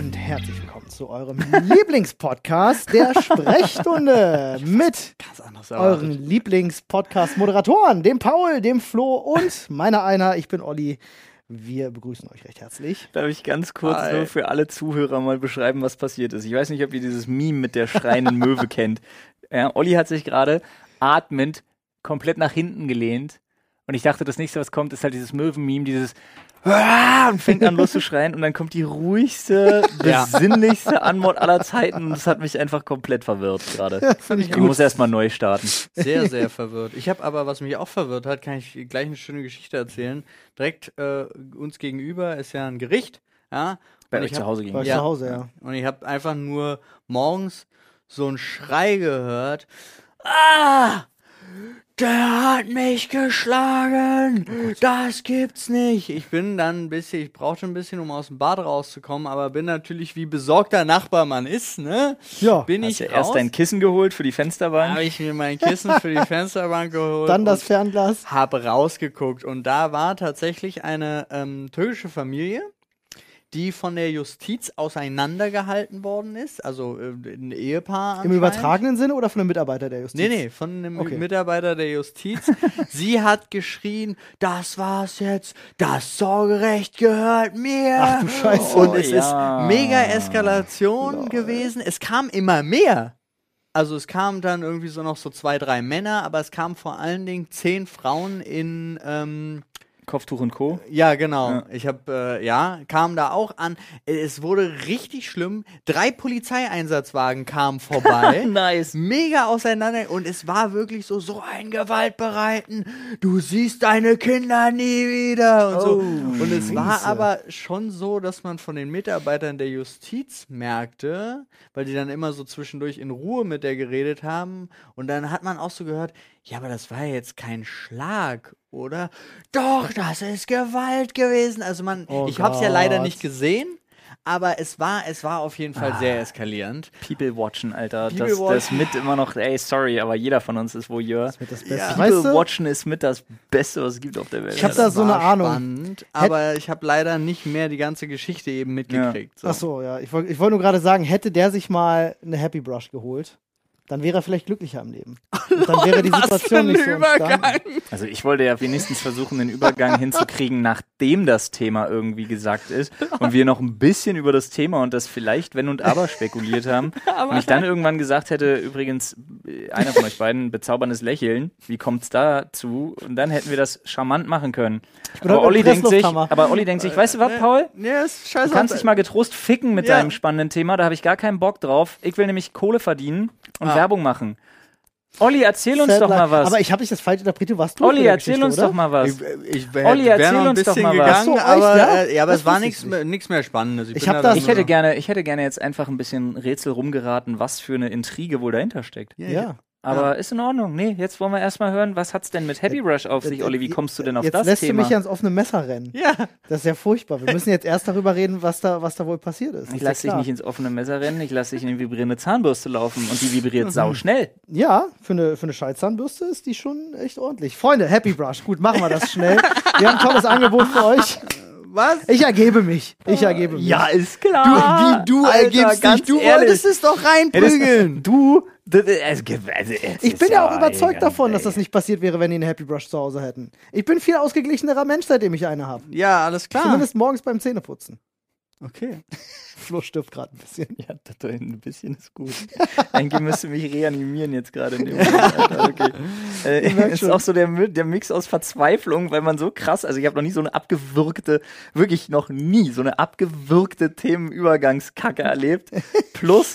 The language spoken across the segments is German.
und herzlich willkommen zu eurem Lieblingspodcast der Sprechstunde mit euren Lieblingspodcast-Moderatoren, dem Paul, dem Flo und meiner einer, ich bin Olli. Wir begrüßen euch recht herzlich. Darf ich ganz kurz nur für alle Zuhörer mal beschreiben, was passiert ist? Ich weiß nicht, ob ihr dieses Meme mit der schreienden Möwe kennt. Ja, Olli hat sich gerade atmend komplett nach hinten gelehnt und ich dachte, das nächste, was kommt, ist halt dieses Möwen-Meme, dieses und fängt an loszuschreien und dann kommt die ruhigste, besinnlichste Anmod aller Zeiten und das hat mich einfach komplett verwirrt gerade. Ich muss erstmal neu starten. Sehr, sehr verwirrt. Ich habe aber, was mich auch verwirrt hat, kann ich gleich eine schöne Geschichte erzählen. Direkt uns gegenüber ist ja ein Gericht. Ja? Bei euch zu Hause gegenüber. Zu Hause, ja. Und ich habe einfach nur morgens so einen Schrei gehört. Ah! Der hat mich geschlagen! Das gibt's nicht! Ich brauchte ein bisschen, um aus dem Bad rauszukommen, aber bin natürlich, wie besorgter Nachbar man ist, ne? Ja. Bin Hast ich du erst dein Kissen geholt für die Fensterbank? Habe ich mir mein Kissen für die Fensterbank geholt. Dann das Fernglas. Habe rausgeguckt und da war tatsächlich eine türkische Familie, die von der Justiz auseinandergehalten worden ist, also ein Ehepaar anscheinend. Im übertragenen Sinne oder von einem Mitarbeiter der Justiz? Nee, von einem Mitarbeiter der Justiz. Sie hat geschrien, das war's jetzt, das Sorgerecht gehört mir. Ach du Scheiße. Und es ist mega Eskalation gewesen. Es kam immer mehr. Also es kamen dann irgendwie so noch so 2, 3 Männer, aber es kamen vor allen Dingen 10 Frauen in Kopftuch und Co. Ja, genau. Ja. Ich kam da auch an. Es wurde richtig schlimm. 3 Polizeieinsatzwagen kamen vorbei. Nice. Mega auseinander. Und es war wirklich so ein Gewaltbereiten. Du siehst deine Kinder nie wieder. Und so. Und es war aber schon so, dass man von den Mitarbeitern der Justiz merkte, weil die dann immer so zwischendurch in Ruhe mit der geredet haben. Und dann hat man auch so gehört, ja, aber das war ja jetzt kein Schlag, oder? Doch, das ist Gewalt gewesen. Also ich habe es ja leider nicht gesehen, aber es war auf jeden Fall sehr eskalierend. People watchen, Alter. People das mit immer noch, sorry, aber jeder von uns ist Voyeur. Das ist mit das Beste. Ja. People watchen ist mit das Beste, was es gibt auf der Welt. Ich habe da so eine Ahnung. Spannend, aber ich habe leider nicht mehr die ganze Geschichte eben mitgekriegt. Ach so, ja. Ich wollte nur gerade sagen, hätte der sich mal eine Happy Brush geholt, dann wäre er vielleicht glücklicher im Leben. Und dann wäre die Situation nicht so entstanden. Also ich wollte ja wenigstens versuchen, den Übergang hinzukriegen, nachdem das Thema irgendwie gesagt ist und wir noch ein bisschen über das Thema und das vielleicht Wenn und Aber spekuliert haben und ich dann irgendwann gesagt hätte, übrigens, einer von euch beiden, bezauberndes Lächeln, wie kommt's dazu? Und dann hätten wir das charmant machen können. Aber Olli denkt sich, weißt du was, Paul? Ja, ist scheiße. Du kannst dich mal getrost ficken mit deinem spannenden Thema, da habe ich gar keinen Bock drauf. Ich will nämlich Kohle verdienen und Werbung machen. Olli, erzähl uns doch mal was. Aber ich habe dich das falsch interpretiert. Warst du Olli, erzähl uns doch mal was. Olli, erzähl uns doch mal was. So, aber echt, aber es war nichts mehr Spannendes. Ich hätte gerne jetzt einfach ein bisschen Rätsel rumgeraten, was für eine Intrige wohl dahinter steckt. Ja. Aber ist in Ordnung. Nee, jetzt wollen wir erstmal hören, was hat's denn mit Happy Rush auf sich, Olli? Wie kommst du denn auf das Thema? Jetzt lässt du mich ans offene Messer rennen. Ja. Das ist ja furchtbar. Wir müssen jetzt erst darüber reden, was da wohl passiert ist. Ich lasse dich nicht ins offene Messer rennen, ich lasse dich in eine vibrierende Zahnbürste laufen und die vibriert sauschnell. Ja, für eine Schallzahnbürste ist die schon echt ordentlich. Freunde, Happy Brush. Gut, machen wir das schnell. Wir haben ein tolles Angebot für euch. Was? Ich ergebe mich. Ja, ist klar. Du ergibst dich. Du wolltest es doch reinprügeln. Ich bin ja auch überzeugt davon, dass das nicht passiert wäre, wenn die eine Happy Brush zu Hause hätten. Ich bin viel ausgeglichenerer Mensch, seitdem ich eine habe. Ja, alles klar. Zumindest morgens beim Zähneputzen. Okay. Flo stirbt gerade ein bisschen. Ja, ein bisschen ist gut. Eigentlich müsste mich reanimieren jetzt gerade in dem Moment. Alter. Okay. Ist auch so der Mix aus Verzweiflung, weil man so krass, also ich habe noch nie so eine abgewürgte, wirklich noch nie so eine abgewürgte Themenübergangskacke erlebt. Plus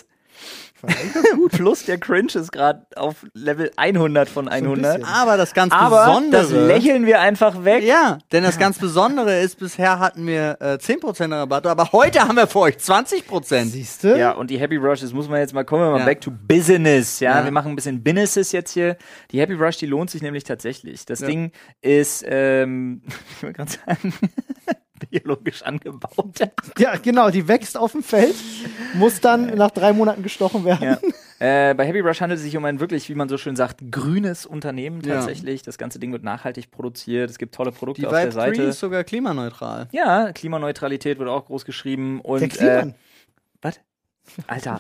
der Cringe ist gerade auf Level 100 von 100. Aber das ganz Besondere... das lächeln wir einfach weg. Ja, denn das ganz Besondere ist, bisher hatten wir 10% Rabatt, aber heute haben wir für euch 20%. Siehst du? Ja, und die Happy Brush, das muss man jetzt mal, kommen wir mal back to business. Ja, wir machen ein bisschen Businesses jetzt hier. Die Happy Brush, die lohnt sich nämlich tatsächlich. Das Ding ist, ich wollte gerade sagen... biologisch angebaut. Ja, genau, die wächst auf dem Feld, muss dann nach 3 Monaten gestochen werden. Ja. Bei Happy Brush handelt es sich um ein wirklich, wie man so schön sagt, grünes Unternehmen tatsächlich. Das ganze Ding wird nachhaltig produziert. Es gibt tolle Produkte auf der Seite. Die ist sogar klimaneutral. Ja, Klimaneutralität wird auch groß geschrieben. Und, der Kliman. Alter.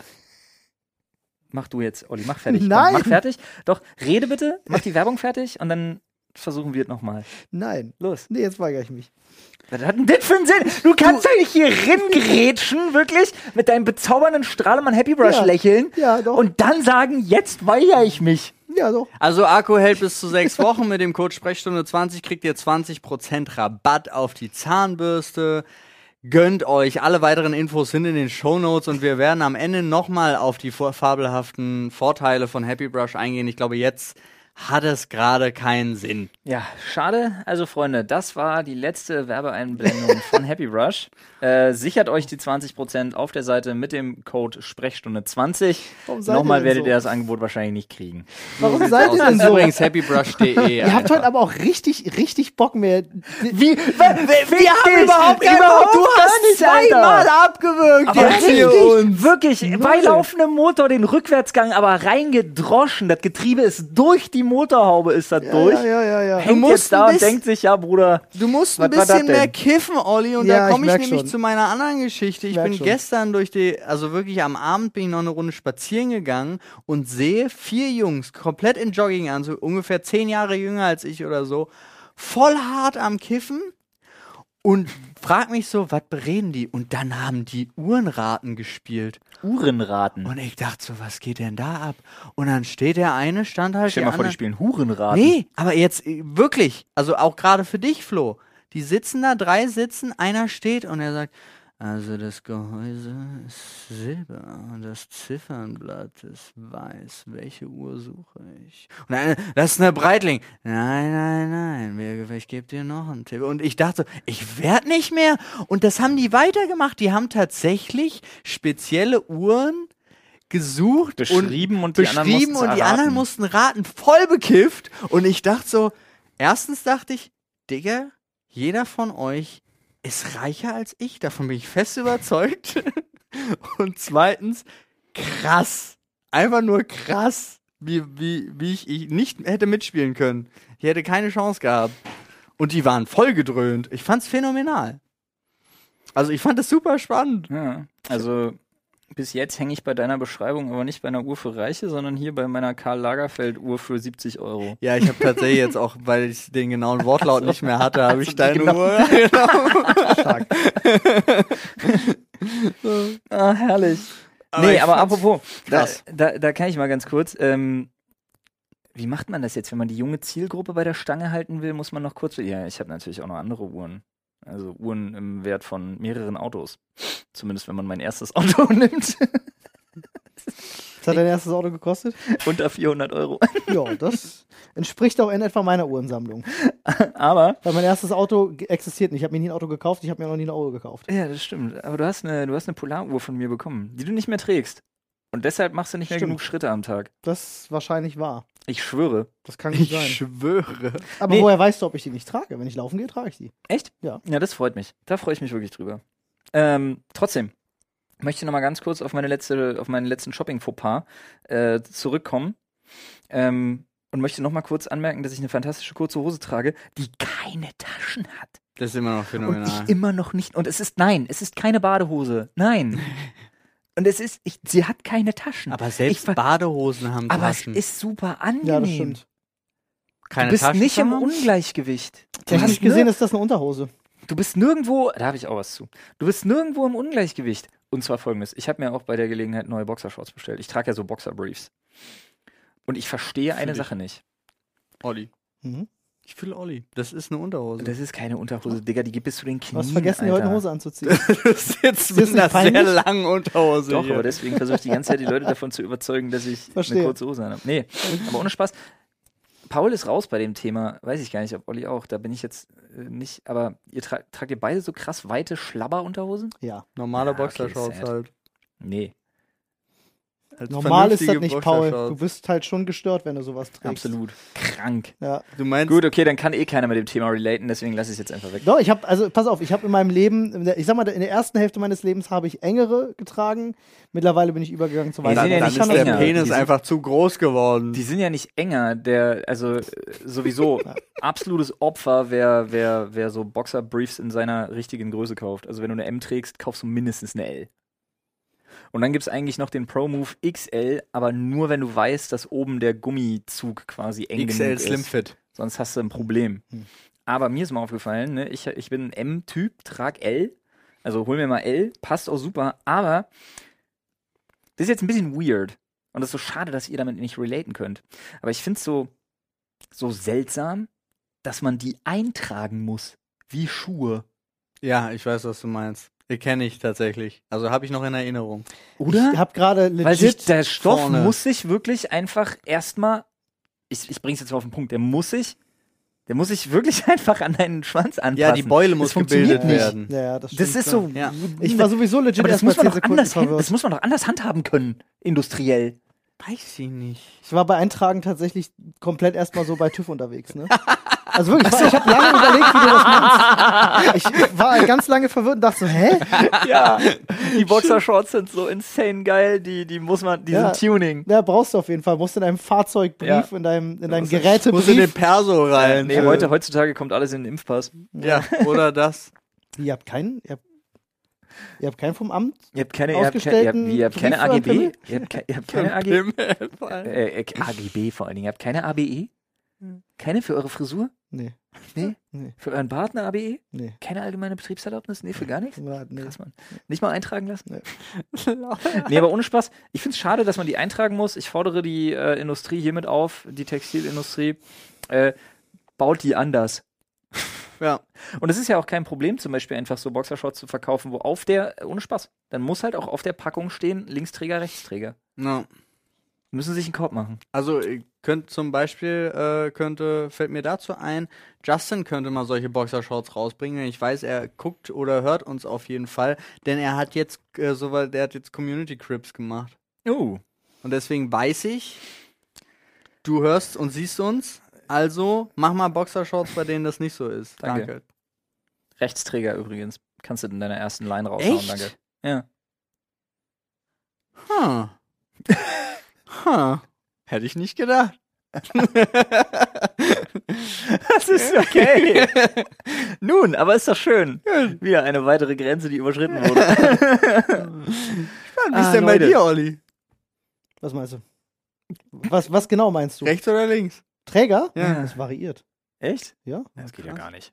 Mach du jetzt, Olli, mach fertig. Nein. Komm, mach fertig. Doch, rede bitte, mach die Werbung fertig und dann versuchen wir es nochmal. Nein. Los. Nee, jetzt weigere ich mich. Was hat denn das für einen Sinn? Du kannst doch nicht hier ringrätschen, wirklich, mit deinem bezaubernden Strahlemann Happy Brush lächeln Ja, doch. und dann sagen, jetzt weigere ich mich. Ja, doch. Also Akku hält bis zu 6 Wochen. Mit dem Code Sprechstunde 20 kriegt ihr 20% Rabatt auf die Zahnbürste. Gönnt euch. Alle weiteren Infos sind in den Shownotes und wir werden am Ende nochmal auf die fabelhaften Vorteile von Happy Brush eingehen. Ich glaube, jetzt hat es gerade keinen Sinn. Ja, schade. Also, Freunde, das war die letzte Werbeeinblendung von Happy Brush. Sichert euch die 20% auf der Seite mit dem Code Sprechstunde 20. Warum seid ihr Nochmal denn werdet so? ihr das Angebot wahrscheinlich nicht kriegen. Warum seid ihr denn so? Übrigens happybrush.de. Ihr habt heute aber auch richtig Bock mehr. Wie? Wir haben überhaupt keinen Bock. Du hast zweimal abgewürgt. Aber jetzt hier richtig, wirklich, bei laufendem Motor den Rückwärtsgang aber reingedroschen. Das Getriebe ist durch die Motorhaube, ist das durch. Ja. Hängt musst jetzt da ein und bisschen- denkt sich, ja, Bruder, Du musst ein Was war das bisschen mehr denn? kiffen, Olli, und Ja, da ich komme ich merk nämlich schon. zu meiner anderen Geschichte. Ich Merk bin schon. gestern also wirklich am Abend bin ich noch eine Runde spazieren gegangen und sehe 4 Jungs komplett in Jogginganzug, ungefähr 10 Jahre jünger als ich oder so, voll hart am Kiffen und frag mich so, was bereden die? Und dann haben die Uhrenraten gespielt. Uhrenraten. Und ich dachte so, was geht denn da ab? Und dann steht der eine, stand halt Stell dir mal vor, die spielen Hurenraten. Nee, aber jetzt wirklich, also auch gerade für dich, Flo. Die sitzen da, 3 sitzen, einer steht und er sagt, also das Gehäuse ist Silber und das Ziffernblatt ist weiß. Welche Uhr suche ich? Und einer, das ist eine Breitling. Nein, ich gebe dir noch einen Tipp. Und ich dachte, ich werd nicht mehr. Und das haben die weitergemacht. Die haben tatsächlich spezielle Uhren gesucht Beschrieben und die anderen beschrieben mussten's und die erraten. anderen mussten raten, voll bekifft. Und ich dachte so, erstens dachte ich, Digga, jeder von euch ist reicher als ich, davon bin ich fest überzeugt. Und zweitens, krass, einfach nur krass, wie ich nicht hätte mitspielen können. Ich hätte keine Chance gehabt. Und die waren voll gedröhnt. Ich fand's phänomenal. Also ich fand es super spannend. Ja, also bis jetzt hänge ich bei deiner Beschreibung aber nicht bei einer Uhr für Reiche, sondern hier bei meiner Karl Lagerfeld Uhr für 70 €. Ja, ich habe tatsächlich jetzt auch, weil ich den genauen Wortlaut nicht mehr hatte, habe ich deine Uhr. Stark. Ah, herrlich. Aber Nee, ich aber fand's apropos, krass. da kann ich mal ganz kurz, wie macht man das jetzt, wenn man die junge Zielgruppe bei der Stange halten will, muss man noch kurz, ja, ich habe natürlich auch noch andere Uhren. Also Uhren im Wert von mehreren Autos. Zumindest wenn man mein erstes Auto nimmt. Was hat dein erstes Auto gekostet? Unter 400 €. Ja, das entspricht auch in etwa meiner Uhrensammlung. Aber, Weil mein erstes Auto existiert nicht. Ich habe mir nie ein Auto gekauft, ich habe mir noch nie eine Uhr gekauft. ja, das stimmt. Aber du hast eine Polaruhr von mir bekommen, die du nicht mehr trägst. Und deshalb machst du nicht mehr Stimmt. genug Schritte am Tag. Das ist wahrscheinlich wahr. Ich schwöre. Das kann gut sein. Ich schwöre. Aber Nee. woher weißt du, ob ich die nicht trage? Wenn ich laufen gehe, trage ich die. Echt? Ja. Ja, das freut mich. Da freue ich mich wirklich drüber. Trotzdem möchte ich noch mal ganz kurz auf meinen letzten Shopping-Fauxpas zurückkommen. Und möchte noch mal kurz anmerken, dass ich eine fantastische kurze Hose trage, die keine Taschen hat. Das ist immer noch Und phänomenal. ich immer noch nicht. Und es ist keine Badehose. Nein. Und sie hat keine Taschen. Aber selbst Ich ver- Badehosen haben Aber Taschen. es ist super angenehm. Ja, das stimmt. Keine Du bist Taschen, nicht im sondern- Ungleichgewicht. Technisch gesehen ist das eine Unterhose. Du bist nirgendwo, da habe ich auch was zu. Du bist nirgendwo im Ungleichgewicht. Und zwar folgendes: Ich habe mir auch bei der Gelegenheit neue Boxershorts bestellt. Ich trage ja so Boxerbriefs. Und ich verstehe eine dich. Sache nicht. Olli. Mhm. Ich fühle Olli. Das ist eine Unterhose. Das ist keine Unterhose, Digga, die gibt bis zu den Du Knien. hast vergessen, dir heute Alter. eine Hose anzuziehen. Das ist jetzt Ist mit das einer nicht peinlich? sehr langen Unterhose Doch, hier. aber deswegen versuche ich die ganze Zeit die Leute davon zu überzeugen, dass ich Verstehe. eine kurze Hose habe. Nee, aber ohne Spaß. Paul ist raus bei dem Thema. Weiß ich gar nicht, ob Olli auch. Da bin ich jetzt nicht. Aber tragt ihr beide so krass weite Schlabberunterhosen? Ja. Normaler Ja, okay, Boxershorts sad. halt. Nee, Als Normal ist das vernünftige nicht, Paul. Boxershorts. Du bist halt schon gestört, wenn du sowas trägst. absolut. Krank. Ja. Du meinst, Gut, okay, dann kann keiner mit dem Thema relaten, deswegen lasse ich es jetzt einfach weg. Doch, pass auf, ich habe in meinem Leben, ich sag mal, in der ersten Hälfte meines Lebens habe ich engere getragen. Mittlerweile bin ich übergegangen zu Die sind ja dann nicht ist der enger. Penis Die sind- einfach zu groß geworden. Die sind ja nicht enger, sowieso absolutes Opfer, wer so Boxer-Briefs in seiner richtigen Größe kauft. Also wenn du eine M trägst, kaufst du mindestens eine L. Und dann gibt's eigentlich noch den Pro Move XL, aber nur wenn du weißt, dass oben der Gummizug quasi eng XL genug ist. Slim Fit. Sonst hast du ein Problem. Aber mir ist mal aufgefallen, ne, ich bin ein M-Typ, trag L. Also hol mir mal L, passt auch super. Aber das ist jetzt ein bisschen weird. Und das ist so schade, dass ihr damit nicht relaten könnt. Aber ich finde es so seltsam, dass man die eintragen muss. Wie Schuhe. Ja, ich weiß, was du meinst. Kenne ich tatsächlich. Also habe ich noch in Erinnerung. Oder? Ich habe gerade legit Weil der Stoff vorne. muss sich wirklich einfach erstmal, ich bring's jetzt mal auf den Punkt, der muss sich wirklich einfach an deinen Schwanz anpassen. Ja, die Beule muss funktioniert gebildet nicht. werden. Ja, das stimmt. Das ist so. Ja. Ich war sowieso legit Aber das erst mal muss, man 10 doch Sekunden anders verwirrt. das muss man doch anders handhaben können, industriell. Weiß ich nicht. Ich war bei Eintragen tatsächlich komplett erstmal so bei TÜV unterwegs, ne? Also wirklich, ich habe lange überlegt, wie du das machst. Ich war ganz lange verwirrt und dachte so, hä? Ja, die Boxershorts sind so insane geil, die muss man, die Ja. sind Tuning. Ja, brauchst du auf jeden Fall. Musst in deinem Fahrzeugbrief, Ja. in deinem Muss in den Gerätebrief. Perso rein. Nee, heutzutage kommt alles in den Impfpass. Ja, oder das. Ihr habt keinen vom Amt? Ihr habt keine Ausgestellten keine Brief für einen AGB? Pimmel? Ihr habt keine AGB vor allen Dingen. Ihr habt keine ABE? Keine für eure Frisur? Nee. Nee? Nee. Für euren Bart eine ABE? Nee. Keine allgemeine Betriebserlaubnis? Nee, für gar nichts? Nee. Krass, Mann. Nicht mal eintragen lassen? Nee. Nee, aber ohne Spaß. Ich finde es schade, dass man die eintragen muss. Ich fordere die Industrie hiermit auf, die Textilindustrie, baut die anders. Ja. Und es ist ja auch kein Problem, zum Beispiel einfach so Boxershorts zu verkaufen, wo ohne Spaß, dann muss halt auch auf der Packung stehen, Linksträger, Rechtsträger. No. Müssen sich einen Korb machen. Also könnt zum Beispiel, fällt mir dazu ein, Justin könnte mal solche Boxershorts rausbringen. Ich weiß, er guckt oder hört uns auf jeden Fall, denn er hat jetzt der hat jetzt Community Crips gemacht. Oh. Und deswegen weiß ich, du hörst und siehst uns, also mach mal Boxershorts, bei denen das nicht so ist. Danke. Rechtsträger übrigens. Kannst du in deiner ersten Line raushauen, Echt? danke. Ja. Hätte ich nicht gedacht. Das ist okay. Nun, aber ist doch schön. Wieder eine weitere Grenze, die überschritten wurde. Wie ist denn bei Leute. dir, Olli? Was meinst du? Was genau meinst du? Rechts oder links? Träger? Ja. Das variiert. Echt? Ja. Das geht ja gar nicht.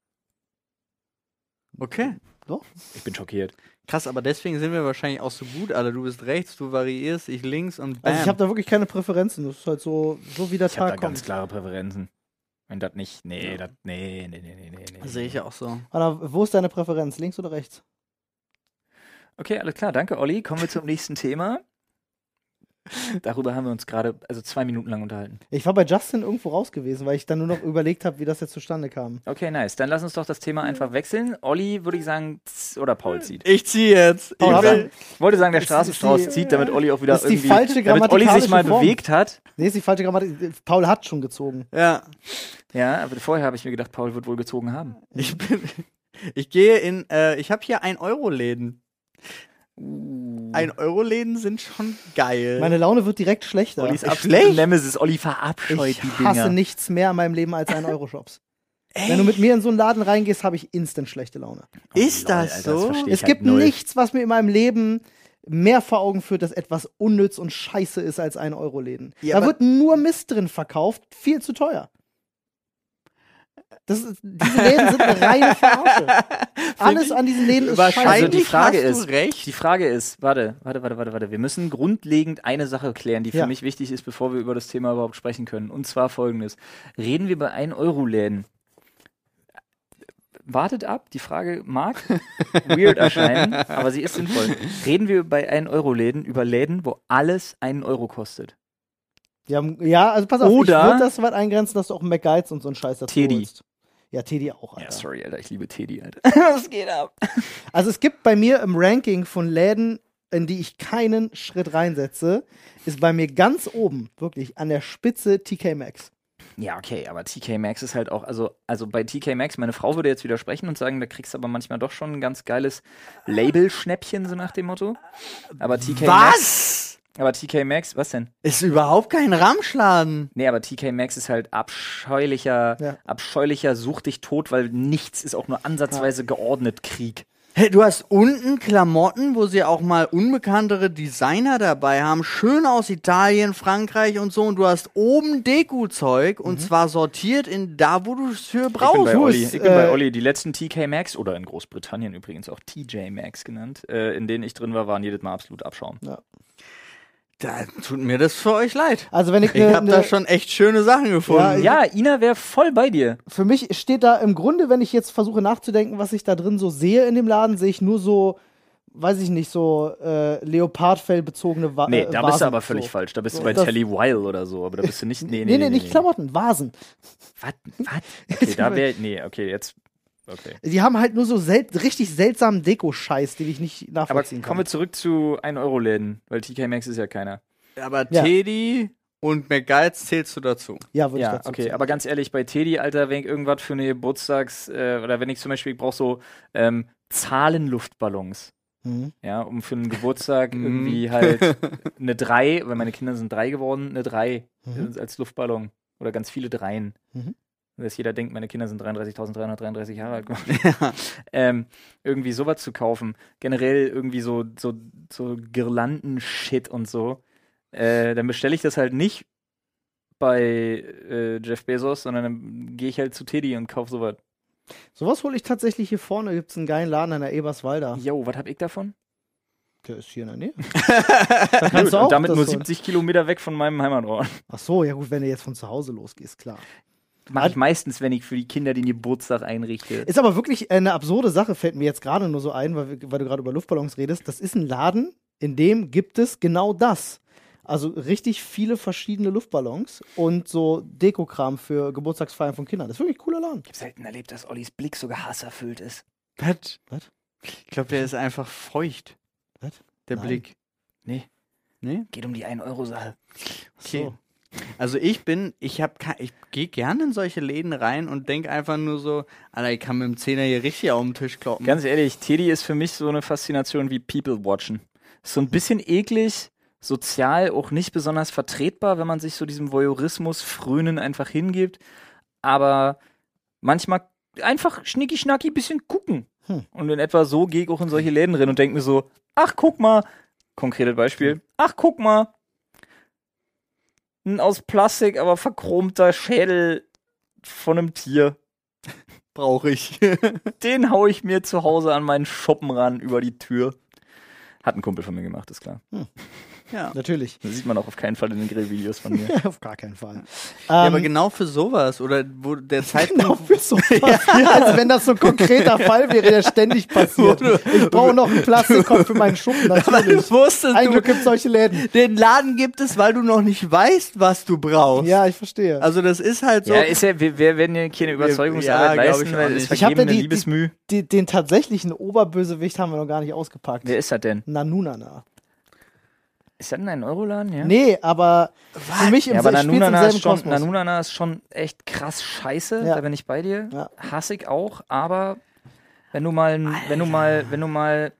Okay. Ich bin schockiert. Krass, aber deswegen sind wir wahrscheinlich auch so gut alle. Du bist rechts, du variierst, ich links und bam. Also ich habe da wirklich keine Präferenzen. Das ist halt so wie der Ich habe da Tag ganz kommt. klare Präferenzen. Wenn das nicht, nee. Sehe ich ja auch so. Anna, wo ist deine Präferenz? Links oder rechts? Okay, alles klar. Danke, Olli. Kommen wir zum nächsten Thema. Darüber haben wir uns gerade, 2 Minuten lang unterhalten. Ich war bei Justin irgendwo raus gewesen, weil ich dann nur noch überlegt habe, wie das jetzt zustande kam. Okay, nice. Dann lass uns doch das Thema einfach wechseln. Olli, würde ich sagen, oder Paul zieht. Ich ziehe jetzt. Paul, Ich will- Ich wollte sagen, der Ist Straßenstrauß die- zieht, damit Olli auch wieder ist die irgendwie, falsche damit Olli sich mal grammatikalische Form. bewegt hat. Nee, ist die falsche Grammatik. Paul hat schon gezogen. Ja, Ja, aber vorher habe ich mir gedacht, Paul wird wohl gezogen haben. ich gehe in, ich habe hier 1-Euro-Läden. 1-Euro-Läden sind schon geil. Meine Laune wird direkt schlechter. Olli ist Ich absolute Nemesis. Olli verabscheut die hasse Dinger. nichts mehr in meinem Leben als 1-Euro-Shops. Wenn du mit mir in so einen Laden reingehst, habe ich instant schlechte Laune. Ist Lol, das Alter, so? versteh ich Es halt gibt null. nichts, was mir in meinem Leben mehr vor Augen führt, dass etwas unnütz und scheiße ist als 1-Euro-Läden. Ja, Da aber- wird nur Mist drin verkauft, viel zu teuer. Diese Läden sind eine reine Verarsche. Alles an diesen Läden ist Wahrscheinlich Also scheiße. die Frage hast ist, du recht. Die Frage ist, warte. Wir müssen grundlegend eine Sache klären, die für Ja. mich wichtig ist, bevor wir über das Thema überhaupt sprechen können. Und zwar folgendes. Reden wir bei 1-Euro-Läden. Wartet ab, die Frage mag weird erscheinen, aber sie ist sinnvoll. Reden wir bei 1-Euro-Läden über Läden, wo alles 1 Euro kostet. Ja, also pass auf, Oder- ich würde das so weit eingrenzen, dass du auch McGuides und so einen Scheiß dazu Teddy. holst. Ja, Teddy auch, Alter. Ja, sorry, Alter, ich liebe Teddy, Alter. Was geht ab? Also es gibt bei mir im Ranking von Läden, in die ich keinen Schritt reinsetze, ist bei mir ganz oben, wirklich an der Spitze TK Maxx. Ja, okay, aber TK Maxx ist halt auch, also bei TK Maxx, meine Frau würde jetzt widersprechen und sagen, da kriegst du aber manchmal doch schon ein ganz geiles Label-Schnäppchen, so nach dem Motto. Aber TK Maxx, was denn? Ist überhaupt kein Ramschladen. Nee, aber TK Maxx ist halt abscheulicher, Ja. such dich tot, weil nichts ist auch nur ansatzweise geordnet Krieg. Hey, du hast unten Klamotten, wo sie auch mal unbekanntere Designer dabei haben, schön aus Italien, Frankreich und so. Und du hast oben Deko-Zeug und zwar sortiert in da, wo du es für brauchst. Ich bin bei Olli. Die letzten TK Maxx oder in Großbritannien übrigens auch TJ Maxx genannt, in denen ich drin war, waren jedes Mal absolut Abschaum. Ja. Da tut mir das für euch leid. Also wenn ich habe da schon echt schöne Sachen gefunden. Ja, Ina wäre voll bei dir. Für mich steht da im Grunde, wenn ich jetzt versuche nachzudenken, was ich da drin so sehe in dem Laden, sehe ich nur so, weiß ich nicht, so Leopardfell bezogene Vasen. Nee, da bist du aber völlig so. falsch. Da bist du bei Telly Weil oder so, aber da bist du nicht. Nee, nicht Klamotten, Vasen. Was? Okay, da wäre. Nee, okay, jetzt. Okay. Die haben halt nur so richtig seltsamen Deko-Scheiß, den ich nicht nachvollziehen Aber kann. kommen wir zurück zu 1-Euro-Läden, weil TK Maxx ist ja keiner. Aber Teddy und McGuides zählst du dazu. Ja, würde ich Ja, dazu okay, zählen. aber ganz ehrlich, bei Teddy, Alter, wenn ich irgendwas für eine Geburtstags- oder wenn ich zum Beispiel, ich brauche so Zahlenluftballons. Ja, um für einen Geburtstag irgendwie halt eine 3, weil meine Kinder sind 3 geworden, eine 3 als Luftballon. Oder ganz viele Dreien. Dass jeder denkt, meine Kinder sind 33.333 Jahre alt geworden. Irgendwie sowas zu kaufen. Generell irgendwie so Girlanden-Shit und so. Dann bestelle ich das halt nicht bei Jeff Bezos, sondern dann gehe ich halt zu Teddy und kaufe sowas. Sowas hole ich tatsächlich hier vorne. Gibt es einen geilen Laden an der Eberswalder. Jo, was hab ich davon? Der ist hier in der Nähe. Da kannst du auch und damit das nur holen. 70 Kilometer weg von meinem Heimatort. Ach so, ja gut, wenn du jetzt von zu Hause losgehst, klar. Mache ich meistens, wenn ich für die Kinder den Geburtstag einrichte. Ist aber wirklich eine absurde Sache, fällt mir jetzt gerade nur so ein, weil du gerade über Luftballons redest. Das ist ein Laden, in dem gibt es genau das. Also richtig viele verschiedene Luftballons und so Dekokram für Geburtstagsfeiern von Kindern. Das ist wirklich ein cooler Laden. Ich habe selten erlebt, dass Ollis Blick sogar hasserfüllt ist. Was? Was? Ich glaube, der ist einfach feucht. Was? Der Nein. Blick. Nee. Nee? Geht um die 1-Euro-Sache. Okay. So. Also ich gehe gerne in solche Läden rein und denke einfach nur so, Alter, ich kann mit dem Zehner hier richtig auf den Tisch kloppen. Ganz ehrlich, Teddy ist für mich so eine Faszination wie People Watchen. Ist so ein bisschen eklig, sozial auch nicht besonders vertretbar, wenn man sich so diesem Voyeurismus frönen einfach hingibt. Aber manchmal einfach schnicki-schnacki bisschen gucken. Und in etwa so gehe ich auch in solche Läden rein und denke mir so, ach guck mal, konkretes Beispiel, ach guck mal, ein aus Plastik, aber verchromter Schädel von einem Tier. Brauche ich. Den hau ich mir zu Hause an meinen Schuppen ran über die Tür. Hat ein Kumpel von mir gemacht, ist klar. Ja. Natürlich. Das sieht man auch auf keinen Fall in den Grillvideos von mir. Auf gar keinen Fall. Ja, aber genau für sowas oder wo der Zeitpunkt. Genau für sowas. Als wenn das so ein konkreter Fall wäre, der ständig passiert. Ich brauche noch einen Plastikkopf für meinen Schuppen, natürlich. Wusstest Ein du, Glück gibt es solche Läden. den Laden gibt es, weil du noch nicht weißt, was du brauchst. Ja, ich verstehe. Also das ist halt so. Ja, ist ja, wir werden ja keine Überzeugungsarbeit Ja, glaub leisten, ich auch weil nicht. es Ich hab vergebene ja Liebesmüh. Den tatsächlichen Oberbösewicht haben wir noch gar nicht ausgepackt. Wer ist das denn? Nanunana. Ist das denn ein 1-Euro-Laden? Ja. Nee, aber für mich Ja, aber spielt's im Nanunana selben ist, schon, Kosmos. Nanunana ist schon echt krass scheiße, Ja. da bin ich bei dir. Ja. Hasse ich auch, aber wenn du mal einen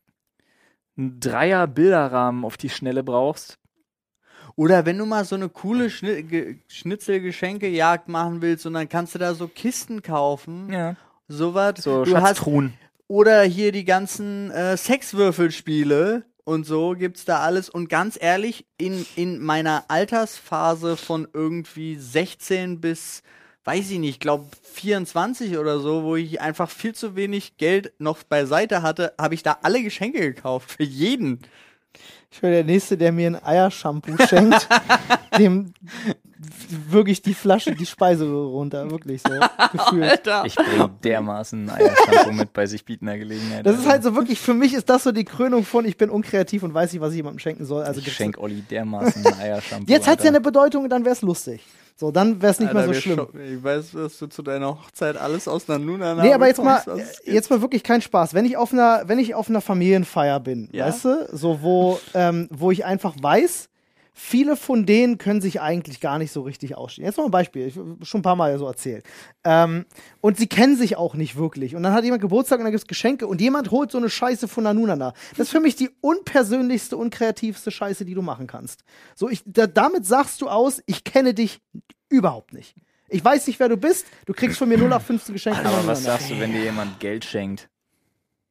Dreier-Bilderrahmen auf die Schnelle brauchst. Oder wenn du mal so eine coole Schnitzelgeschenkejagd machen willst und dann kannst du da so Kisten kaufen. Ja. Sowas. So Du hast, Schatztruhen. oder hier die ganzen Sexwürfelspiele und so gibt's da alles. Und ganz ehrlich, in meiner Altersphase von irgendwie 16 bis, weiß ich nicht, glaube 24 oder so, wo ich einfach viel zu wenig Geld noch beiseite hatte, habe ich da alle Geschenke gekauft. Für jeden. Ich wäre der Nächste, der mir ein Eiershampoo schenkt, dem wirklich die Flasche, die Speise runter, wirklich so gefühlt. Alter. Ich bringe dermaßen ein Eiershampoo mit bei sich bietender Gelegenheit. Das ist halt so wirklich, für mich ist das so die Krönung von, ich bin unkreativ und weiß nicht, was ich jemandem schenken soll. Also ich schenk Olli dermaßen ein Eiershampoo. jetzt hat es ja Alter. eine Bedeutung und dann wäre es lustig. So, dann wäre es nicht mehr so wir schlimm. Ich weiß, dass du zu deiner Hochzeit alles aus Nanunana Nee, aber jetzt bekommst, was es gibt. mal wirklich kein Spaß. Wenn ich auf einer Familienfeier bin, Ja. weißt du, so wo ich einfach weiß, viele von denen können sich eigentlich gar nicht so richtig ausstehen. Jetzt mal ein Beispiel, ich schon ein paar Mal so erzählt. Und sie kennen sich auch nicht wirklich. Und dann hat jemand Geburtstag und dann gibt es Geschenke und jemand holt so eine Scheiße von Nanunana. Das ist für mich die unpersönlichste, unkreativste Scheiße, die du machen kannst. So, damit sagst du aus, ich kenne dich überhaupt nicht. Ich weiß nicht, wer du bist. Du kriegst von mir 0815 Geschenke von Aber Nanunana. was sagst du, wenn dir jemand Geld schenkt?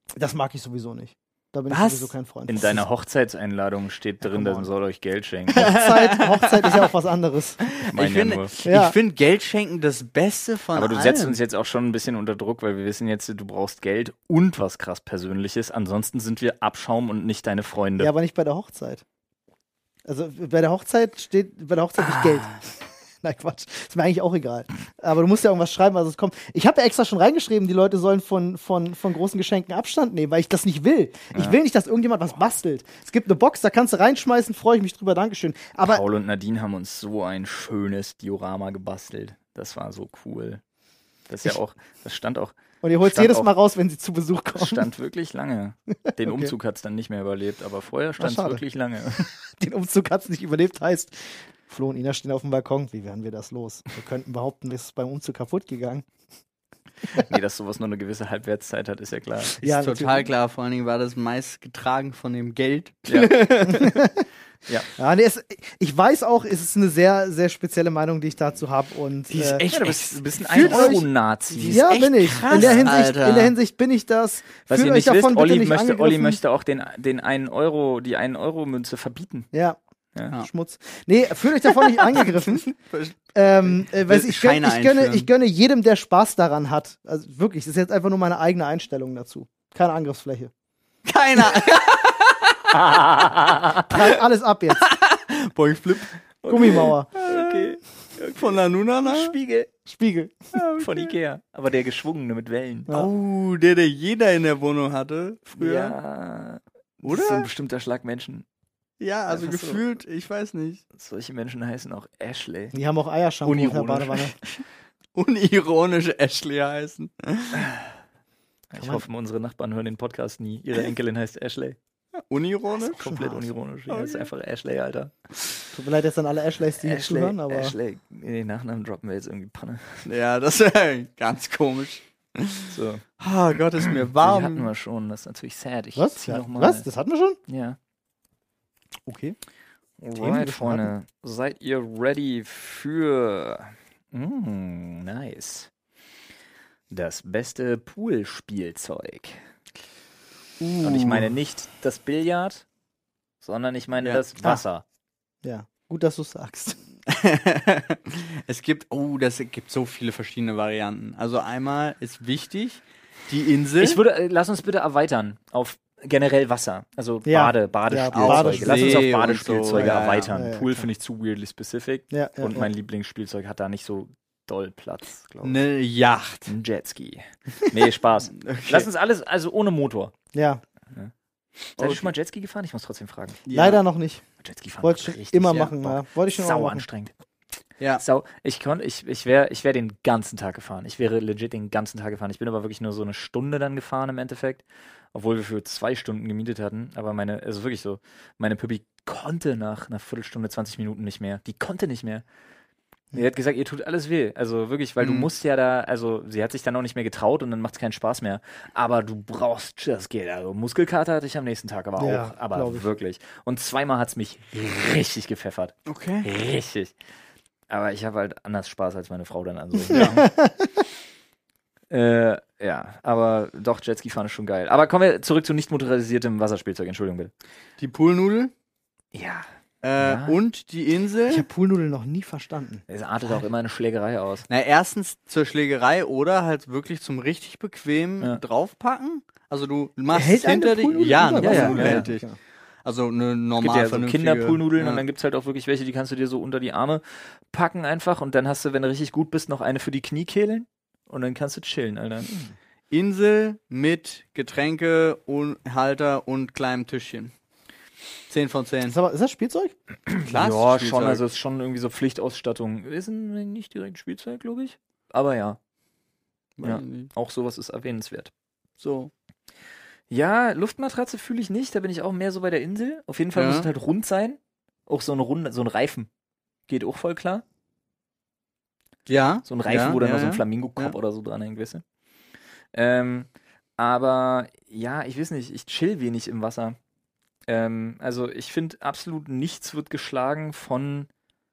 Das mag ich sowieso nicht. Da bin ich Was? sowieso kein Freund. In deiner Hochzeitseinladung steht drin, come on. dann soll euch Geld schenken. Hochzeit ist ja auch was anderes. Ich meine ja nur. Ja. Ich finde Geld schenken das Beste von Aber du allem. setzt uns jetzt auch schon ein bisschen unter Druck, weil wir wissen jetzt, du brauchst Geld und was krass Persönliches. Ansonsten sind wir Abschaum und nicht deine Freunde. Ja, aber nicht bei der Hochzeit. Also bei der Hochzeit nicht Geld. Nein, Quatsch. Ist mir eigentlich auch egal. Aber du musst ja irgendwas schreiben, also es kommt. Ich habe ja extra schon reingeschrieben, die Leute sollen von großen Geschenken Abstand nehmen, weil ich das nicht will. Ich will nicht, dass irgendjemand was bastelt. Es gibt eine Box, da kannst du reinschmeißen, freue ich mich drüber, Dankeschön. Aber Paul und Nadine haben uns so ein schönes Diorama gebastelt. Das war so cool. Das stand auch. und ihr holt stand jedes auch- Mal raus, wenn sie zu Besuch kommen. Stand wirklich lange. Den Okay. Umzug hat es dann nicht mehr überlebt, aber vorher stand es schade. wirklich lange. Den Umzug hat es nicht überlebt, heißt, Flo und Ina stehen auf dem Balkon. Wie werden wir das los? Wir könnten behaupten, es ist beim Umzug kaputt gegangen. Nee, dass sowas nur eine gewisse Halbwertszeit hat, ist ja klar. Ist Ja, total natürlich. klar. Vor allen Dingen war das meist getragen von dem Geld. Ja, nee, ich weiß auch, es ist eine sehr, sehr spezielle Meinung, die ich dazu habe. Und Die ist echt Ja, du bist ein Fühlt euch- 1-Euro-Nazi. ja, echt bin ich. krass, in der Alter. Hinsicht bin ich das. Was Fühlt ihr euch nicht davon wisst, bitte Olli nicht möchte angegriffen. auch den 1 Euro, die 1-Euro-Münze verbieten. Ja, Ja. Schmutz. Nee, fühlt euch davon nicht angegriffen. Weil Scheine ich gönne jedem, der Spaß daran hat. Also wirklich, das ist jetzt einfach nur meine eigene Einstellung dazu. Keine Angriffsfläche. Keiner. Prall alles ab jetzt. Boingflip. Gummimauer. Okay. Von der Nunana. Spiegel Spiegel. von Ikea. Aber der geschwungene mit Wellen. Ja. Oh, der jeder in der Wohnung hatte früher. Ja. Oder? Das ist so ein bestimmter Schlag Menschen. Ja, also Einfach so. gefühlt, ich weiß nicht. Solche Menschen heißen auch Ashley. Die haben auch Eiershampoo in der Unironisch. Badewanne. Unironisch Ashley heißen. Ich hoffe, unsere Nachbarn hören den Podcast nie. Ihre Enkelin heißt Ashley. Unironisch? Komplett hart. unironisch. Ja, ist einfach Ashley, Alter. Tut mir leid jetzt an alle Ashleys, die hier zuhören, aber Ashley. Den Nachnamen droppen wir jetzt irgendwie Panne. Ja, das wäre ganz komisch. So. Oh Gott, ist mir Die hatten warm. wir schon. Das ist natürlich sad. Ich was? zieh Ja, noch mal. was? Das hatten wir schon? Ja. Okay. Themen, die wir Alright, schon Freunde. Seid ihr ready für nice. Das beste Poolspielzeug. Und ich meine nicht das Billard, sondern ich meine Ja. das Wasser. Ja, gut, dass du sagst. Es gibt so viele verschiedene Varianten. Also einmal ist wichtig, die Insel. Lass uns bitte erweitern auf generell Wasser. Also Ja. Badespielzeuge. Lass uns auf See und Badespielzeuge so, ja, erweitern. ja, ja, Pool klar. finde ich zu weirdly specific. Ja, Und ja. mein Lieblingsspielzeug hat da nicht so doll Platz, glaube ich. eine Yacht. Ein Jetski. Nee, Spaß. Lass uns alles, also ohne Motor. Ja, Seid ihr schon mal Jetski gefahren? Ich muss trotzdem fragen. Ja. leider noch nicht. Jetski fahren Wollte macht ich schon richtig immer Bock. machen. Ja. Wollte ich schon immer Sau machen. anstrengend. Ja. Ich wäre den ganzen Tag gefahren. Ich wäre legit den ganzen Tag gefahren. Ich bin aber wirklich nur so eine Stunde dann gefahren im Endeffekt. Obwohl wir für 2 Stunden gemietet hatten. Aber also wirklich so, meine Püppi konnte nach einer Viertelstunde, 20 Minuten nicht mehr. Die konnte nicht mehr. Sie hat gesagt, ihr tut alles weh. Also wirklich, weil du musst ja da, also sie hat sich dann auch nicht mehr getraut und dann macht es keinen Spaß mehr. Aber du brauchst, das geht. Also Muskelkater hatte ich am nächsten Tag aber Ja, auch. Aber glaub ich. wirklich. Und zweimal hat es mich richtig gepfeffert. Okay. Richtig. Aber ich habe halt anders Spaß als meine Frau dann an so. Ja. Ja, aber doch, Jetski fahren ist schon geil. Aber kommen wir zurück zu nicht motorisiertem Wasserspielzeug. Entschuldigung bitte. Die Poolnudel Ja. und die Insel. Ich habe Poolnudeln noch nie verstanden. Es artet auch immer eine Schlägerei aus. Na, erstens zur Schlägerei oder halt wirklich zum richtig bequem draufpacken. Also du machst es hinter dich. Ja, eine Poolnudel ja. hält dich. Also eine Es gibt normal ja so vernünftige. Kinderpoolnudeln ja. und dann gibt es halt auch wirklich welche, die kannst du dir so unter die Arme packen einfach und dann hast du, wenn du richtig gut bist, noch eine für die Kniekehlen und dann kannst du chillen, Alter. Insel mit Getränke und Halter und kleinem Tischchen. 10 von 10. Ist das Spielzeug? Klar, Ja, ist schon, Spielzeug. also es ist schon irgendwie so Pflichtausstattung. Ist nicht direkt Spielzeug, glaube ich. Aber ja, ja. Auch sowas ist erwähnenswert. So. Ja, Luftmatratze fühle ich nicht, da bin ich auch mehr so bei der Insel. Auf jeden Fall Ja. muss es halt rund sein. Auch so ein Reifen. Geht auch voll klar. Ja. So ein Reifen, ja, wo dann ja, noch so ein ja. Flamingo-Kopf oder so dran hängt, weißt du? Aber ja, ich weiß nicht, ich chill wenig im Wasser. Also ich finde, absolut nichts wird geschlagen von